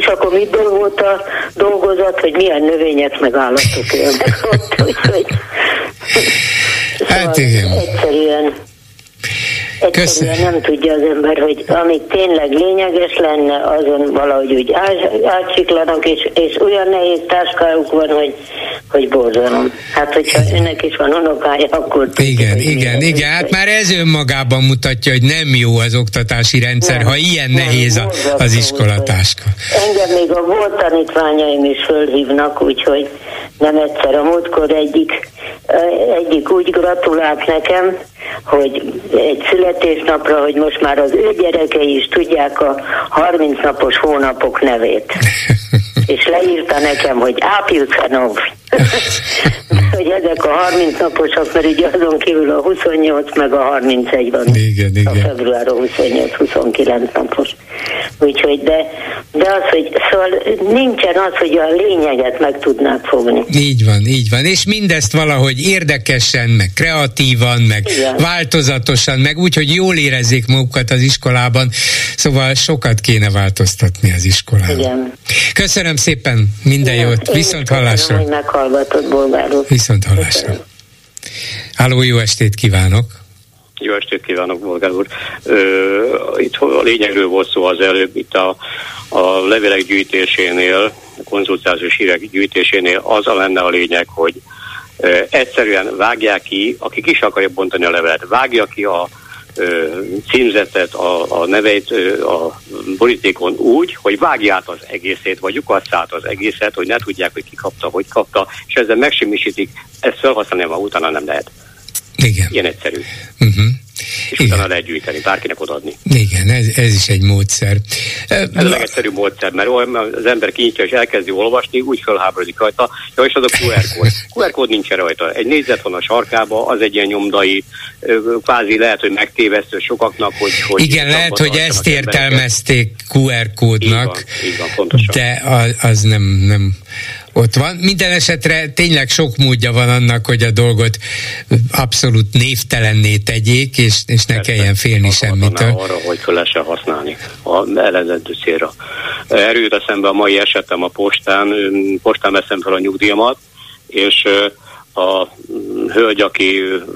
És akkor mit volt a dolgozat, hogy milyen növények meg állatok élnek ott, úgyhogy hát igen. Egyszerűen Egyszerűen nem tudja az ember, hogy ami tényleg lényeges lenne, azon valahogy úgy átsiklanak, és, és olyan nehéz táskájuk van, hogy, hogy borzalom. Hát, hogyha önnek is van unokája, akkor... Igen, igen, igen. Hát már ez önmagában mutatja, hogy nem jó az oktatási rendszer, nem, ha ilyen nem, nehéz a, az iskolatáska. Engem még a volt tanítványaim is fölhívnak, úgyhogy nem egyszer. A múltkor egyik, egyik úgy gratulált nekem, hogy egy születésnapra, hogy most már az ő gyerekei is tudják a harminc napos hónapok nevét. És leírta nekem, hogy Ápilcanov. Hogy ezek a harminc naposok, mert ugye azon kívül a huszonnyolc meg a harmincegy van. Igen, igen. A február huszonnyolc huszonkilenc napos. Úgyhogy, de, de az, hogy szóval nincsen az, hogy a lényeget meg tudnák fogni. Így van, így van. És mindezt valahogy érdekesen, meg kreatívan, meg igen. változatosan, meg úgy, hogy jól érezzék magukat az iskolában. Szóval sokat kéne változtatni az iskolában. Igen. Köszönöm szépen, minden igen. jót. Viszont hallásra. Hogy meghallgatott, Bolgár úr. Viszont hallásra. Háló, jó estét kívánok! Jó estét kívánok, Bolgár úr! Ö, itt a lényegről volt szó az előbb, itt a, a levelek gyűjtésénél, a konzultációs hírek gyűjtésénél az a lenne a lényeg, hogy ö, egyszerűen vágják ki, aki ki is akarja bontani a levelet, vágja ki a ö, címzetet, a, a neveit ö, a borítékon úgy, hogy vágja át az egészét, vagy lyukassz át az egészet, hogy ne tudják, hogy ki kapta, hogy kapta, és ezzel megsemmisítik, ezt felhasználni, ma utána nem lehet. Igen. Ilyen egyszerű. Uh-huh. És igen. utána lehet gyűjteni, bárkinek odaadni. Igen, ez, ez is egy módszer. Ez a legegyszerűbb módszer, mert az ember kinyitja és elkezdi olvasni, úgy felháborodik rajta, ja, és az a kú er kód. kú er kód nincsen rajta. Egy négyzet van a sarkába, az egy ilyen nyomdai, kvázi lehet, hogy megtévesztő sokaknak, hogy... hogy igen, lehet, hogy ezt értelmezték kú er kódnak, így van, így van, pontosan. De az, az nem... nem ott van. Minden esetre tényleg sok módja van annak, hogy a dolgot abszolút névtelenné tegyék, és, és ne kelljen félni semmitől. Arra, hogy föl lehessen használni a ellenzendő célra. Erről jut eszembe a mai esetem a postán, postán veszem fel a nyugdíjamat, és a hölgy, aki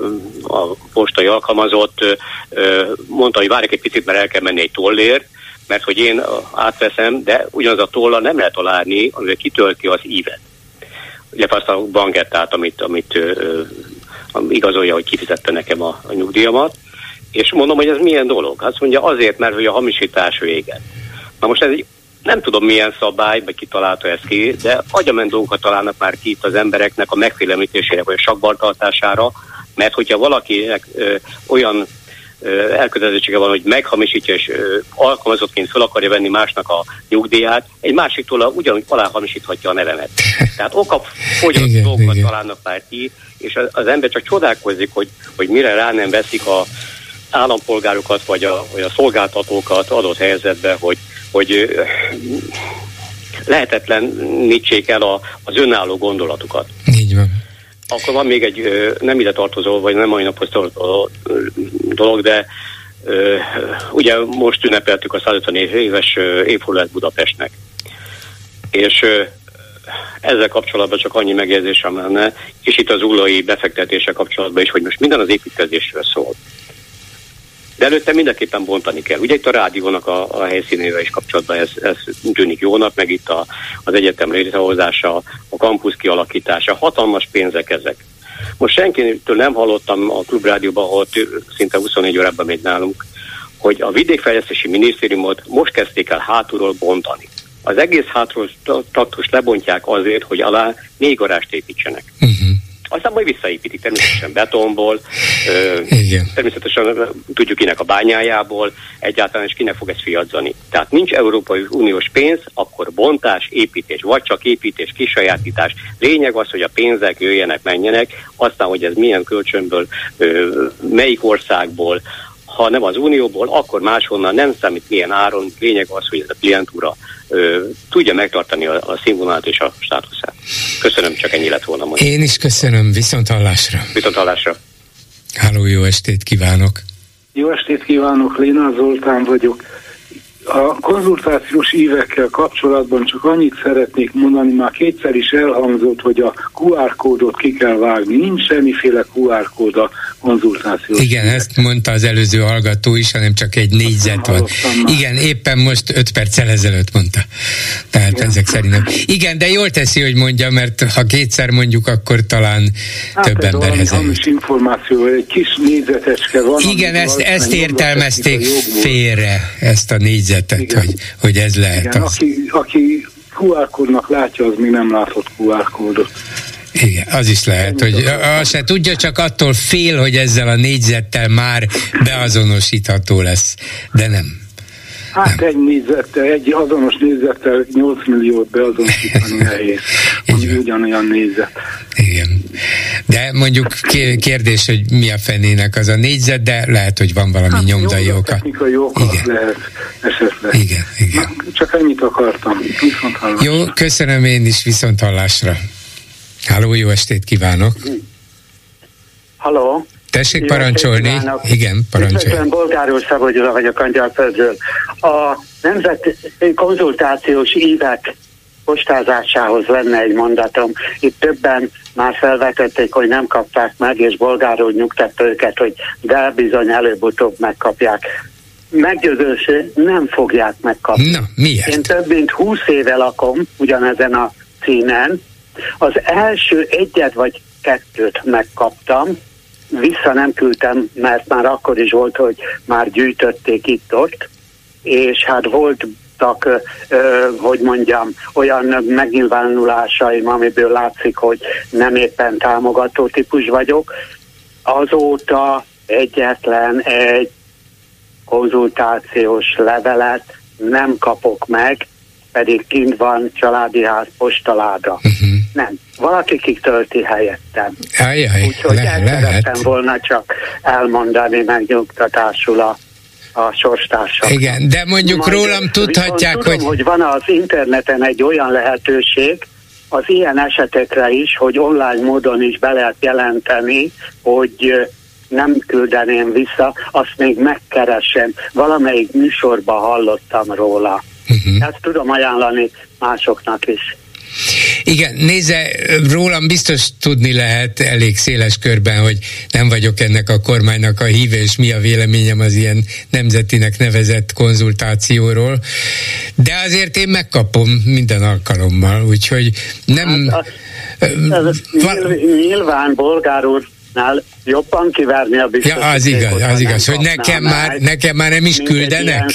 a postai alkalmazott, mondta, hogy várjak egy picit, mert el kell menni egy tollért, mert hogy én átveszem, de ugyanaz a tollal nem lehet aláírni, amivel kitölti az ívet. Ugye azt a bankettát, amit, amit ö, ö, igazolja, hogy kifizette nekem a, a nyugdíjamat, és mondom, hogy ez milyen dolog. Azt mondja, azért, mert hogy a hamisítás véget. Na most ez egy, nem tudom milyen szabály, vagy ki találta ezt ki, de agyament dolgokat találnak már ki itt az embereknek a megfélemlítésére, vagy a sakbartartására, mert hogyha valakinek ö, olyan elkötelezettsége van, hogy meghamisítja és alkalmazottként fel akarja venni másnak a nyugdíját, egy másiktól ugyanúgy aláhamisíthatja a nevemet. Tehát okafogyott dolgokat igen. találnak már ki, és az, az ember csak csodálkozik, hogy, hogy mire rá nem veszik a állampolgárokat, vagy a, vagy a szolgáltatókat adott helyzetbe, hogy, hogy lehetetlenítsék el a, az önálló gondolatukat. Így van. Akkor van még egy nem ide tartozó, vagy nem mai naphoz tartozó dolog, de ugye most ünnepeltük a százötven éves évfordulóját Budapestnek. És ezzel kapcsolatban csak annyi megjegyzésem lenne, és itt az ullói befektetése kapcsolatban is, hogy most minden az építkezésről szól. De előtte mindenképpen bontani kell. Ugye itt a rádiónak a, a helyszínével is kapcsolatban ez, ez tűnik jónak, meg itt a, az egyetem létrehozása, a kampusz kialakítása, hatalmas pénzek ezek. Most senkitől nem hallottam a Klubrádióban, ahol szinte huszonnégy órában megy nálunk, hogy a vidékfejlesztési minisztériumot most kezdték el hátulról bontani. Az egész hátulról traktust lebontják azért, hogy alá négy garást építsenek. Uh-huh. Aztán majd visszaépítik természetesen betonból, ö, természetesen tudjuk kinek a bányájából, egyáltalán is kinek fog ezt fiadzani. Tehát nincs Európai Uniós pénz, akkor bontás, építés, vagy csak építés, kisajátítás. Lényeg az, hogy a pénzek jöjjenek, menjenek, aztán, hogy ez milyen kölcsönből, ö, melyik országból, ha nem az Unióból, akkor máshonnan, nem számít milyen áron, lényeg az, hogy ez a klientúra ö, tudja megtartani a, a színvonalat és a státuszát. Köszönöm, csak ennyi lett volna mondani. Én is köszönöm, viszont hallásra. Viszont hallásra. Háló, jó estét kívánok. Jó estét kívánok, Léna Zoltán vagyok. A A konzultációs évekkel kapcsolatban csak annyit szeretnék mondani, már kétszer is elhangzott, hogy a kú ár kódot ki kell vágni. Nincs semmiféle kú ár kód a konzultációs Igen, évek. Ezt mondta az előző hallgató is, hanem csak egy négyzet van. Igen, éppen most öt perccel ezelőtt mondta. Tehát Igen. ezek szerint nem. Igen, de jól teszi, hogy mondja, mert ha kétszer mondjuk, akkor talán hát több emberhez eljut. Hát információ, egy kis négyzetecske van. Igen, ezt, ezt értelmezték félre, ezt a négyzetet, hogy, hogy ez lehet Igen, az. Aki, aki kú ár kódnak látja, az még nem látott kú ár kódot. Igen, az is lehet, hogy azt se tudja, csak attól fél, hogy ezzel a négyzettel már beazonosítható lesz, de nem. Hát nem. egy négyzettel, egy azonos négyzettel nyolc milliót beazonosítani nehéz. Ugyanolyan négyzet. Igen. De mondjuk kérdés, hogy mi a fenének az a négyzet, de lehet, hogy van valami hát, nyomdai oka. Technikai oka igen. lehet esetleg. Igen, igen. Na, csak ennyit akartam. Jó, köszönöm én is, viszont hallásra. Háló, jó estét kívánok. Halló. Tessék parancsolni. Igen, parancsolni. Üdvözlöm, Bolgár úr, Szabó Gyula vagyok, Angyalföldről. A nemzeti konzultációs évek postázásához lenne egy mondatom. Itt többen már felvetették, hogy nem kapták meg, és Bolgár úr nyugtatta őket, hogy de bizony előbb-utóbb megkapják. Meggyőzőség, nem fogják megkapni. Na, miért? Én több mint húsz éve lakom ugyanezen a címen. Az első egyet vagy kettőt megkaptam, vissza nem küldtem, mert már akkor is volt, hogy már gyűjtötték itt-ott, és hát voltak, ö, hogy mondjam, olyan megnyilvánulásaim, amiből látszik, hogy nem éppen támogató típus vagyok. Azóta egyetlen egy konzultációs levelet nem kapok meg, pedig kint van családi ház postaláda. Uh-huh. Nem. Valaki kitölti helyettem. Ajaj, úgyhogy le, el szerettem volna csak elmondani megnyugtatásul a, a sorstársak. Igen, de mondjuk majd rólam tudhatják, tudom, hogy... hogy van az interneten egy olyan lehetőség, az ilyen esetekre is, hogy online módon is be lehet jelenteni, hogy nem küldeném vissza, azt még megkeresem. Valamelyik műsorban hallottam róla. Uh-huh. Ezt tudom ajánlani másoknak is. Igen, nézze, rólam biztos tudni lehet elég széles körben, hogy nem vagyok ennek a kormánynak a híve, és mi a véleményem az ilyen nemzetinek nevezett konzultációról, de azért én megkapom minden alkalommal, úgyhogy nem... Hát a, val- nyilván Bolgár úrnál jobban kiverni a biztosítékot. Ja, az igaz, az igaz, hogy nekem már, nekem már nem is küldenek.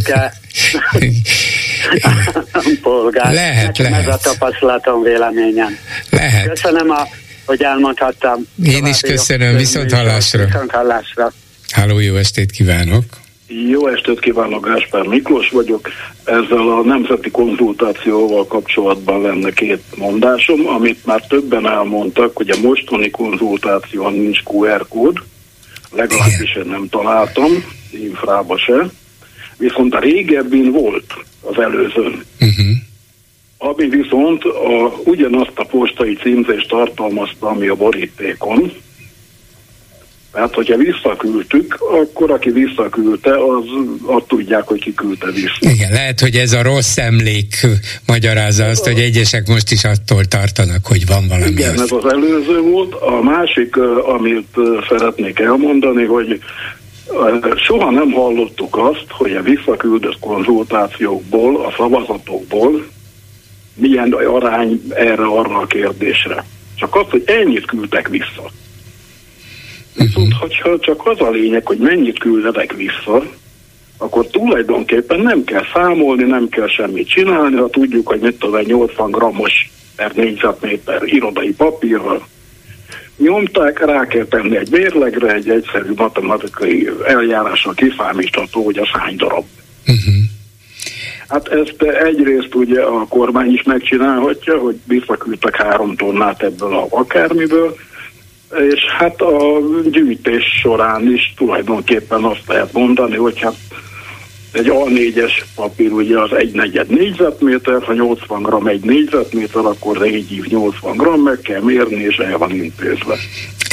Polgár. Lehet, Nekem lehet. ez a tapasztalatom, véleményem. Lehet. Köszönöm, a, hogy elmondhattam. Én is köszönöm, viszont hallásra. Viszont hallásra. Háló, jó estét kívánok. Jó estét kívánok, Gáspár Miklós vagyok. Ezzel a nemzeti konzultációval kapcsolatban lenne két mondásom, amit már többen elmondtak, hogy a mostani konzultáción nincs kú er kód, legalábbis én nem találtam, infrába se, viszont a régebbin volt az előzőn. Uh-huh. Ami viszont a, ugyanazt a postai címzést tartalmazta, ami a borítékon. Tehát, hogyha visszaküldtük, akkor aki visszaküldte, az azt tudják, hogy ki küldte vissza. Igen, lehet, hogy ez a rossz emlék magyarázza azt, hogy egyesek most is attól tartanak, hogy van valami. Igen, ez az előző volt. A másik, amit szeretnék elmondani, hogy soha nem hallottuk azt, hogy a visszaküldött konzultációkból, a szavazatokból milyen arány erre-arra a kérdésre. Csak az, hogy ennyit küldtek vissza. Viszont, hogyha csak az a lényeg, hogy mennyit küldenek vissza, akkor tulajdonképpen nem kell számolni, nem kell semmit csinálni, ha tudjuk, hogy mit tudom, nyolcvan grammos per négyzetméter irodai papírral nyomták, rá kell tenni egy mérlegre, egy egyszerű matematikai eljárásra kiszámítható, hogy az hány darab. Uh-huh. Hát ezt egyrészt ugye a kormány is megcsinálhatja, hogy visszaküldtek három tonnát ebből a akármiből, és hát a gyűjtés során is tulajdonképpen azt lehet mondani, hogy hát egy á négyes papír ugye az egy negyed négyzetméter, ha nyolcvan gramm egy négyzetméter, akkor négy év nyolcvan gramm, meg kell mérni, és el van intézve.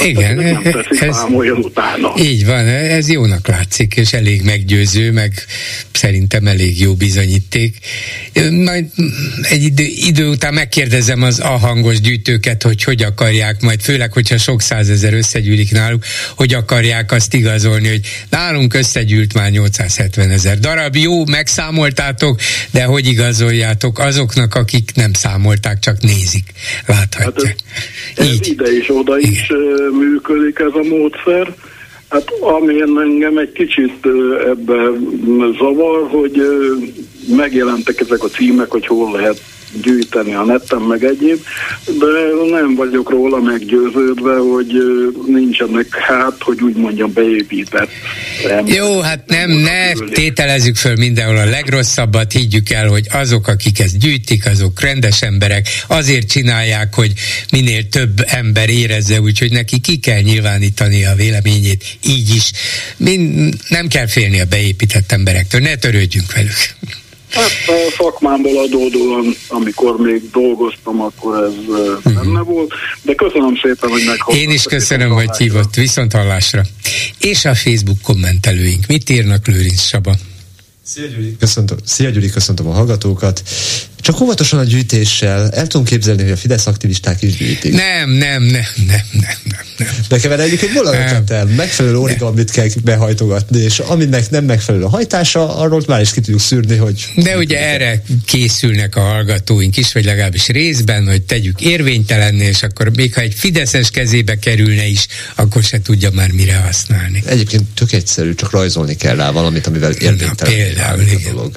Igen, nem teszik ez, számoljon utána. Így van, ez jónak látszik, és elég meggyőző, meg szerintem elég jó bizonyíték. Majd egy idő, idő után megkérdezem az a-hangos gyűjtőket, hogy hogy akarják majd, főleg, hogyha sok százezer összegyűlik náluk, hogy akarják azt igazolni, hogy nálunk összegyűlt már nyolcszázhetven ezer darab. Jó, megszámoltátok, de hogy igazoljátok azoknak, akik nem számolták, csak nézik, láthatják. Hát ez, ez ide is, oda is Igen. működik ez a módszer. Hát ami engem egy kicsit ebbe zavar, hogy megjelentek ezek a címek, hogy hol lehet gyűjteni a neten, meg egyéb, de nem vagyok róla meggyőződve, hogy nincsenek, hát, hogy úgy mondjam, beépített. Jó, hát nem, ne tételezzük föl mindenhol a legrosszabbat, higgyük el, hogy azok, akik ezt gyűjtik, azok rendes emberek, azért csinálják, hogy minél több ember érezze, úgyhogy neki ki kell nyilvánítani a véleményét, így is. Mind, nem kell félni a beépített emberektől, ne törődjünk velük. Hát a szakmámból adódóan, amikor még dolgoztam, akkor ez uh-huh. benne volt, de köszönöm szépen, hogy meghallgattak. Én is köszönöm, hogy hívott, viszont hallásra. És a Facebook kommentelőink, mit írnak, Lőrinc Csaba? Szia Gyuri, köszöntöm, Szia Gyuri, köszöntöm a hallgatókat. Csak óvatosan a gyűjtéssel. El tudom képzelni, hogy a Fidesz aktivisták is gyűjtik. Nem, nem, nem, nem, nem, nem. nem. De kevereljük egy vonalatöttel. Megfelelő origambit kell behajtogatni, és aminek nem megfelelő a hajtása, arról már is ki tudjuk szűrni, hogy... De ugye erre készülnek a hallgatóink is, vagy legalábbis részben, hogy tegyük érvénytelenné, és akkor még ha egy fideszes kezébe kerülne is, akkor se tudja már mire használni. Egyébként tök egyszerű, csak rajzolni kell rá valamit, amivel érvénytelen a dolog.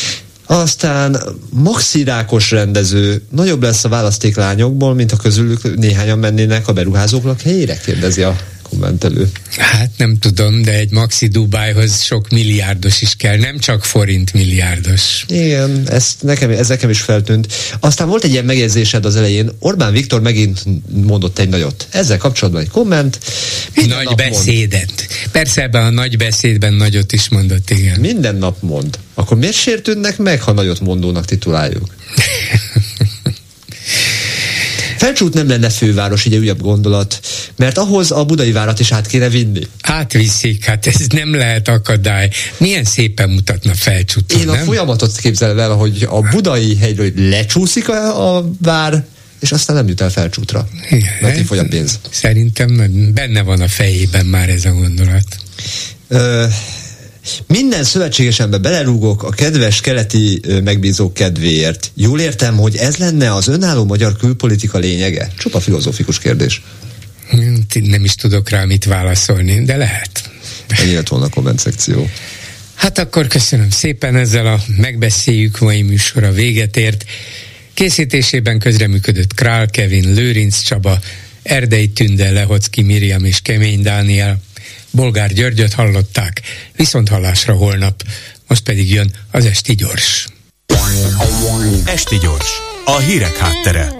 Aztán Maxi Rákos rendező nagyobb lesz a választéklányokból, mint a közülük néhányan mennének a beruházók helyére, kérdezi a kommentelő. Hát nem tudom, de egy Maxi Dubájhoz sok milliárdos is kell, nem csak forint milliárdos. Igen, ezt nekem, ez nekem is feltűnt. Aztán volt egy ilyen megjegyzésed az elején, Orbán Viktor megint mondott egy nagyot. Ezzel kapcsolatban egy komment. Nagy beszédet. Mond. Persze ebben a nagy beszédben nagyot is mondott, igen. Minden nap mond. Akkor miért sértődnek meg, ha nagyot mondónak tituláljuk? Felcsút nem lenne főváros, ugye újabb gondolat, mert ahhoz a Budai várat is át kéne vinni. Átviszik, hát ez nem lehet akadály. Milyen szépen mutatna Felcsúton, Én nem? a folyamatot képzelem el, hogy a budai hegyről lecsúszik a, a vár, és aztán nem jut el Felcsútra. Igen, mert így fogy a pénz. Szerintem benne van a fejében már ez a gondolat. Ö, Minden szövetségesembe belerúgok a kedves keleti megbízók kedvéért. Jól értem, hogy ez lenne az önálló magyar külpolitika lényege? Csupa filozófikus kérdés. Nem is tudok rá mit válaszolni, de lehet. Ennyi lett volna a komment szekció. Hát akkor köszönöm szépen, ezzel a megbeszéljük mai műsora véget ért. Készítésében közreműködött Král Kevin, Lőrinc Csaba, Erdei Tünde, Lehocki Miriam és Kemény Dániel. Bolgár Györgyöt hallották, viszont hallásra holnap, most pedig jön az Esti Gyors. Esti Gyors, a hírek háttere.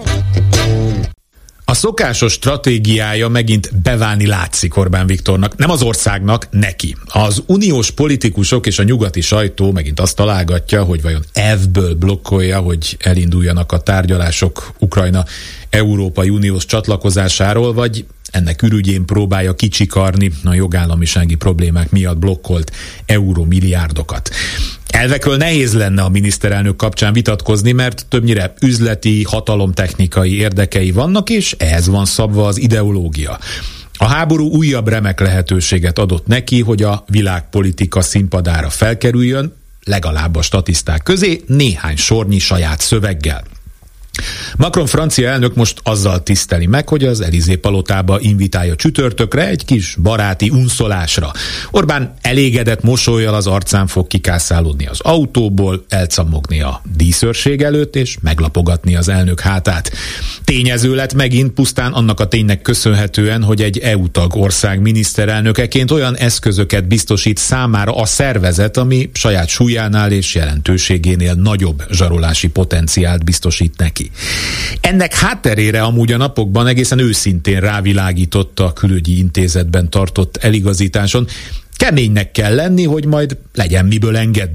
A szokásos stratégiája megint beválni látszik Orbán Viktornak, nem az országnak, neki. Az uniós politikusok és a nyugati sajtó megint azt találgatja, hogy vajon elvből blokkolja, hogy elinduljanak a tárgyalások Ukrajna Európai Uniós csatlakozásáról, vagy ennek ürügyén próbálja kicsikarni a jogállamisági problémák miatt blokkolt euromilliárdokat. Elvekről nehéz lenne a miniszterelnök kapcsán vitatkozni, mert többnyire üzleti, hatalomtechnikai érdekei vannak, és ehhez van szabva az ideológia. A háború újabb remek lehetőséget adott neki, hogy a világpolitika színpadára felkerüljön, legalább a statiszták közé, néhány sornyi saját szöveggel. Macron francia elnök most azzal tiszteli meg, hogy az Élysée palotába invitálja csütörtökre egy kis baráti unszolásra. Orbán elégedett mosollyal az arcán fog kikászálódni az autóból, elcammogni a díszőrség előtt és meglapogatni az elnök hátát. Tényező lett megint pusztán annak a ténynek köszönhetően, hogy egy é u-tag ország miniszterelnökeként olyan eszközöket biztosít számára a szervezet, ami saját súlyánál és jelentőségénél nagyobb zsarolási potenciált biztosít neki. Ennek hátterére amúgy a napokban egészen őszintén rávilágított a külügyi intézetben tartott eligazításon. Keménynek kell lenni, hogy majd legyen miből engedni.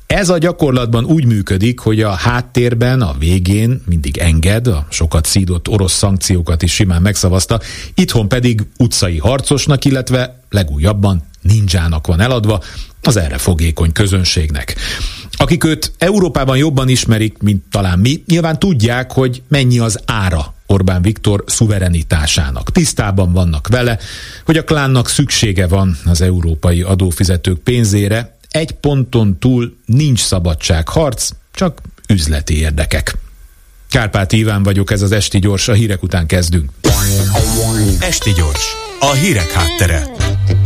Ez a gyakorlatban úgy működik, hogy a háttérben, a végén mindig enged, a sokat szídott orosz szankciókat is simán megszavazta, itthon pedig utcai harcosnak, illetve legújabban ninjának van eladva az erre fogékony közönségnek. Akik őt Európában jobban ismerik, mint talán mi, nyilván tudják, hogy mennyi az ára Orbán Viktor szuverenitásának. Tisztában vannak vele, hogy a klánnak szüksége van az európai adófizetők pénzére, egy ponton túl nincs szabadságharc, csak üzleti érdekek. Kárpáti Iván vagyok, ez az Esti Gyors, a hírek után kezdünk. Esti Gyors, a hírek háttere.